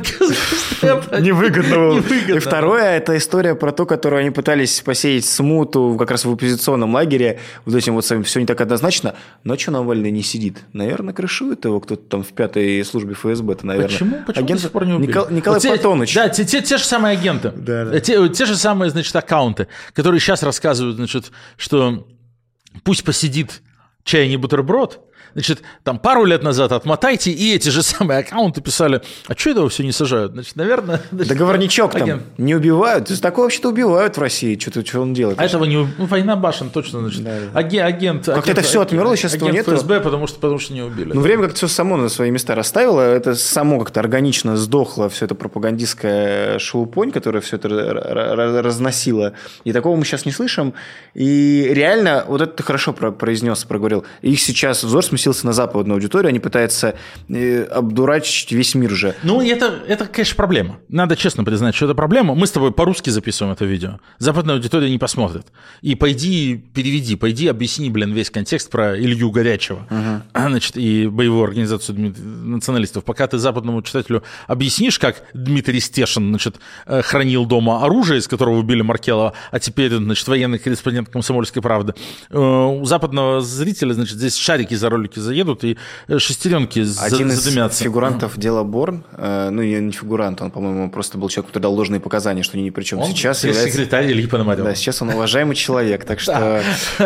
невыгодно. И второе, это история про то, которую они пытались посеять смуту как раз в оппозиционном лагере. Вот этим вот все не так однозначно. Но что Навальный не сидит? Наверное, крышует его кто-то там в 5-й службе ФСБ-то, наверное. Почему до сих пор не убили? Николай Платоныч. Да, те же самые агенты. Те же самые, значит, аккаунты, которые сейчас рассказывают, значит, что пусть посидит чай не бутерброд, значит, там пару лет назад отмотайте, и эти же самые аккаунты писали, а что этого все не сажают? Значит, наверное... Договорничок там не убивают. То есть такое вообще-то убивают в России. Что он делает? А этого не... война башен точно, значит. Да. Агент... Как-то это все отмерло, сейчас этого нет. ФСБ, потому что не убили. Время как-то все само на свои места расставило. Это само как-то органично сдохло, все это пропагандистское шелупонь, которое все это разносило. И такого мы сейчас не слышим. И реально, вот это ты хорошо произнес, проговорил. Их сейчас взор сместился на западную аудиторию, они пытаются обдурачить весь мир же. Ну, это, конечно, проблема. Надо честно признать, что это проблема. Мы с тобой по-русски записываем это видео. Западная аудитория не посмотрит. И пойди объясни, весь контекст про Илью Горячего, значит, и боевую организацию националистов. Пока ты западному читателю объяснишь, как Дмитрий Стешин, значит, хранил дома оружие, из которого убили Маркелова, а теперь, значит, военный корреспондент «Комсомольской правды», у западного зрителя, значит, здесь шарики за ролики заедут и шестеренки задымятся. Один из фигурантов дела Борн, я не фигурант, он, по-моему, просто был человек, который дал ложные показания, что они ни при чем. Он сейчас секретарь Ильи Пономарева. Да, сейчас он уважаемый человек, так что...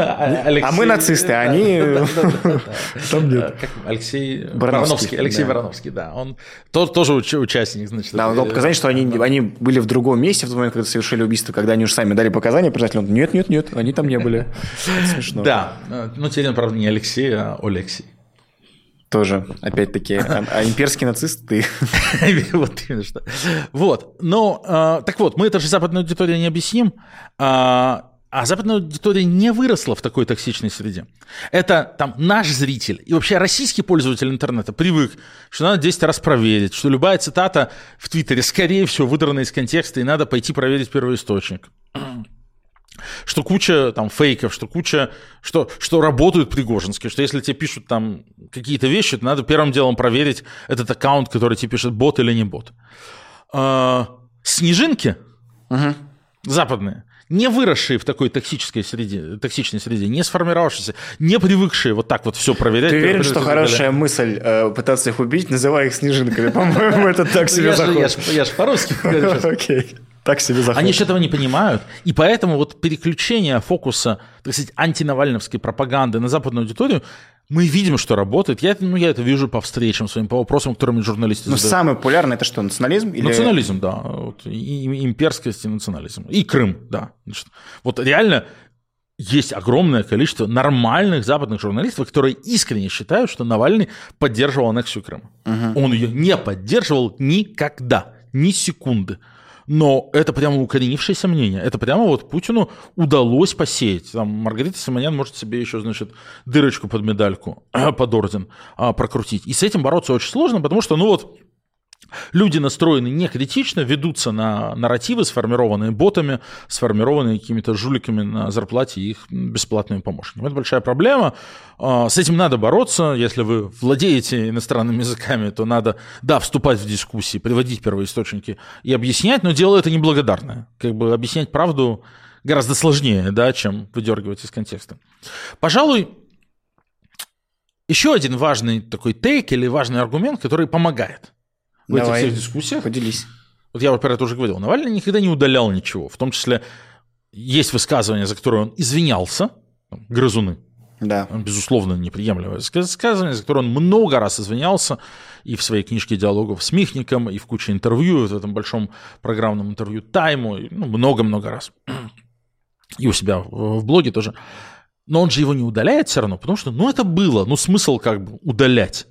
А мы нацисты, а они... Там нет. Алексей Барановский, да. Он тоже участник, значит. Да, он дал показания, что они были в другом месте в тот момент, когда совершили убийство, когда они уже сами дали показания, признательно. Нет, они там не были. Это смешно. Да, теперь, правда, не Алексей, а Олексий. Тоже, опять-таки, имперский нацист ты. Вот именно что. Вот, так вот, мы это же западной аудитории не объясним, а западная аудитория не выросла в такой токсичной среде. Это там наш зритель и вообще российский пользователь интернета привык, что надо 10 раз проверить, что любая цитата в Твиттере, скорее всего, выдрана из контекста, и надо пойти проверить первоисточник. Что куча там фейков, что работают пригожинские, что если тебе пишут там какие-то вещи, то надо первым делом проверить этот аккаунт, который тебе пишет, бот или не бот. Снежинки западные, не выросшие в такой токсичной среде, не сформировавшиеся, не привыкшие вот так вот все проверять. Ты уверен, что хорошая мысль пытаться их убить, называя их снежинками? По-моему, это так себе заход. Я же по-русски говорю. Окей. Так себе заход. Они же этого не понимают, и поэтому вот переключение фокуса, так сказать, антинавальновской пропаганды на западную аудиторию, мы видим, что работает. Я это вижу по встречам своим, по вопросам, которыми журналисты задают. Самое популярное это что, национализм? Национализм, да. Вот, и имперскость, и национализм. И Крым, да. Значит, вот реально есть огромное количество нормальных западных журналистов, которые искренне считают, что Навальный поддерживал аннексию Крыма. Он ее не поддерживал никогда, ни секунды. Но это прямо укоренившееся мнение. Это прямо вот Путину удалось посеять. Там Маргарита Симонян может себе еще, значит, дырочку под медальку, под орден прокрутить. И с этим бороться очень сложно, потому что, люди настроены не критично, ведутся на нарративы, сформированные ботами, сформированные какими-то жуликами на зарплате и их бесплатными помощниками. Это большая проблема. С этим надо бороться. Если вы владеете иностранными языками, то надо, вступать в дискуссии, приводить первоисточники и объяснять, но дело это неблагодарное. Объяснять правду гораздо сложнее, чем выдергивать из контекста. Пожалуй, еще один важный такой тейк или важный аргумент, который помогает в этих всех дискуссиях. Поделись. Вот я про это уже говорил. Навальный никогда не удалял ничего. В том числе есть высказывания, за которые он извинялся, грызуны. Да. Безусловно, неприемлемое высказывание, за которое он много раз извинялся и в своей книжке диалогов с Михником, и в куче интервью, в этом большом программном интервью Тайму, много-много раз. И у себя в блоге тоже. Но он же его не удаляет все равно, потому что, это было, смысл удалять.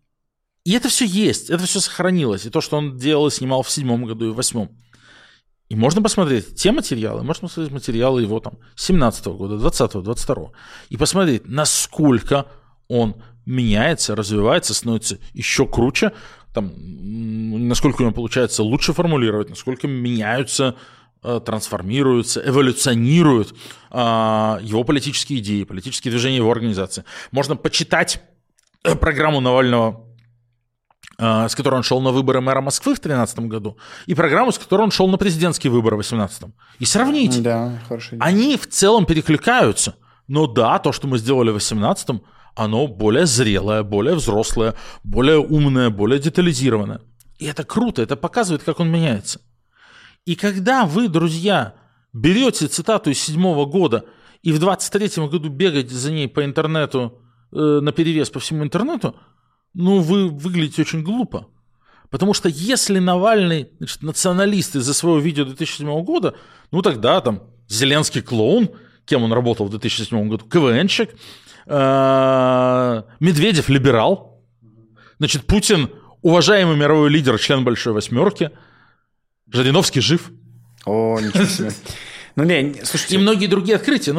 И это все есть, это все сохранилось. И то, что он делал и снимал в 2007 году и в 2008. И можно посмотреть те материалы, можно посмотреть материалы его там 17-го года, 20-го, 22-го, и посмотреть, насколько он меняется, развивается, становится еще круче, там, насколько у него получается лучше формулировать, насколько меняются, трансформируются, эволюционируют его политические идеи, политические движения его организации. Можно почитать программу Навального, с которой он шел на выборы мэра Москвы в 2013 году, и программу, с которой он шел на президентские выборы в 2018. И сравните. Да, хорошо. Они в целом перекликаются. Но да, то, что мы сделали в 2018, оно более зрелое, более взрослое, более умное, более детализированное. И это круто, это показывает, как он меняется. И когда вы, друзья, берете цитату из 2007 года и в 2023 году бегаете за ней по интернету, наперевес по всему интернету, вы выглядите очень глупо. Потому что если Навальный, националист из-за своего видео 2007 года, тогда там Зеленский клоун, кем он работал в 2007 году, КВНщик, Медведев либерал, Путин уважаемый мировой лидер, член Большой Восьмерки, Жириновский жив. О, ничего себе. Слушайте. И многие другие открытия.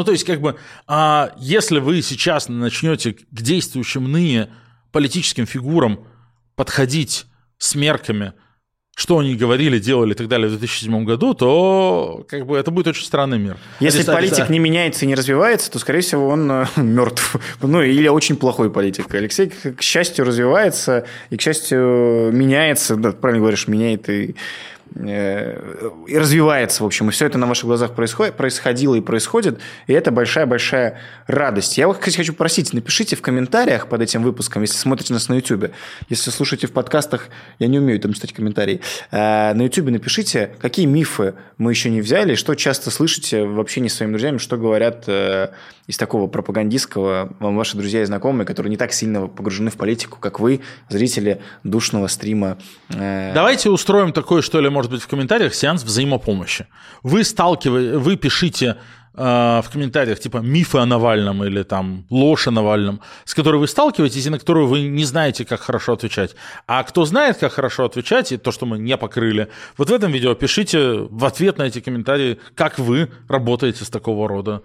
Если вы сейчас начнете к действующим ныне политическим фигурам подходить с мерками, что они говорили, делали и так далее в 2007 году, то это будет очень странный мир. Если политик не меняется и не развивается, то, скорее всего, он мертв. Или очень плохой политик. Алексей, к счастью, развивается и, к счастью, меняется. Да, правильно говоришь, меняет и развивается, в общем. И все это на ваших глазах происходило и происходит. И это большая-большая радость. Я вас, кстати, хочу просить, напишите в комментариях под этим выпуском, если смотрите нас на YouTube. Если слушаете в подкастах, я не умею там читать комментарии. На YouTube напишите, какие мифы мы еще не взяли, что часто слышите в общении с своими друзьями, что говорят из такого пропагандистского вам ваши друзья и знакомые, которые не так сильно погружены в политику, как вы, зрители душного стрима. Давайте устроим такое, что ли, может быть, в комментариях сеанс взаимопомощи. Вы пишите в комментариях типа мифы о Навальном или там ложь о Навальном, с которой вы сталкиваетесь и на которую вы не знаете, как хорошо отвечать. А кто знает, как хорошо отвечать, и то, что мы не покрыли, вот в этом видео пишите в ответ на эти комментарии, как вы работаете с такого рода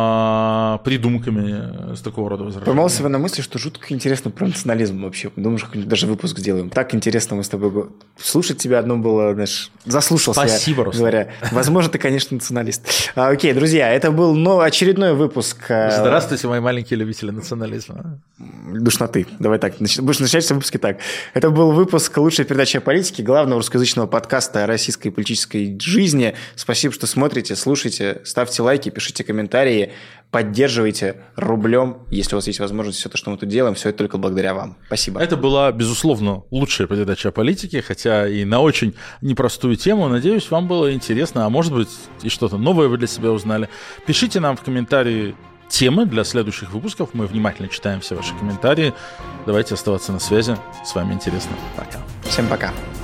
придумками, с такого рода возражениями. Поймал себя на мысли, что жутко интересно про национализм вообще. Думаешь, какой-нибудь даже выпуск сделаем. Так интересно мы с тобой... Слушать тебя одно было, заслушался. Спасибо, Руслан. Говоря. Возможно, ты, конечно, националист. Окей, друзья, это был очередной выпуск... Здравствуйте, мои маленькие любители национализма. Душноты. Давай так. Будешь начать все выпуски так. Это был выпуск лучшей передачи о политике, главного русскоязычного подкаста о российской политической жизни. Спасибо, что смотрите, слушайте, ставьте лайки, пишите комментарии, поддерживайте рублем, если у вас есть возможность. Все то, что мы тут делаем, все это только благодаря вам. Спасибо. Это была, безусловно, лучшая передача о политике, хотя и на очень непростую тему. Надеюсь, вам было интересно, а может быть и что-то новое вы для себя узнали. Пишите нам в комментарии темы для следующих выпусков. Мы внимательно читаем все ваши комментарии. Давайте оставаться на связи. С вами интересно. Пока. Всем пока.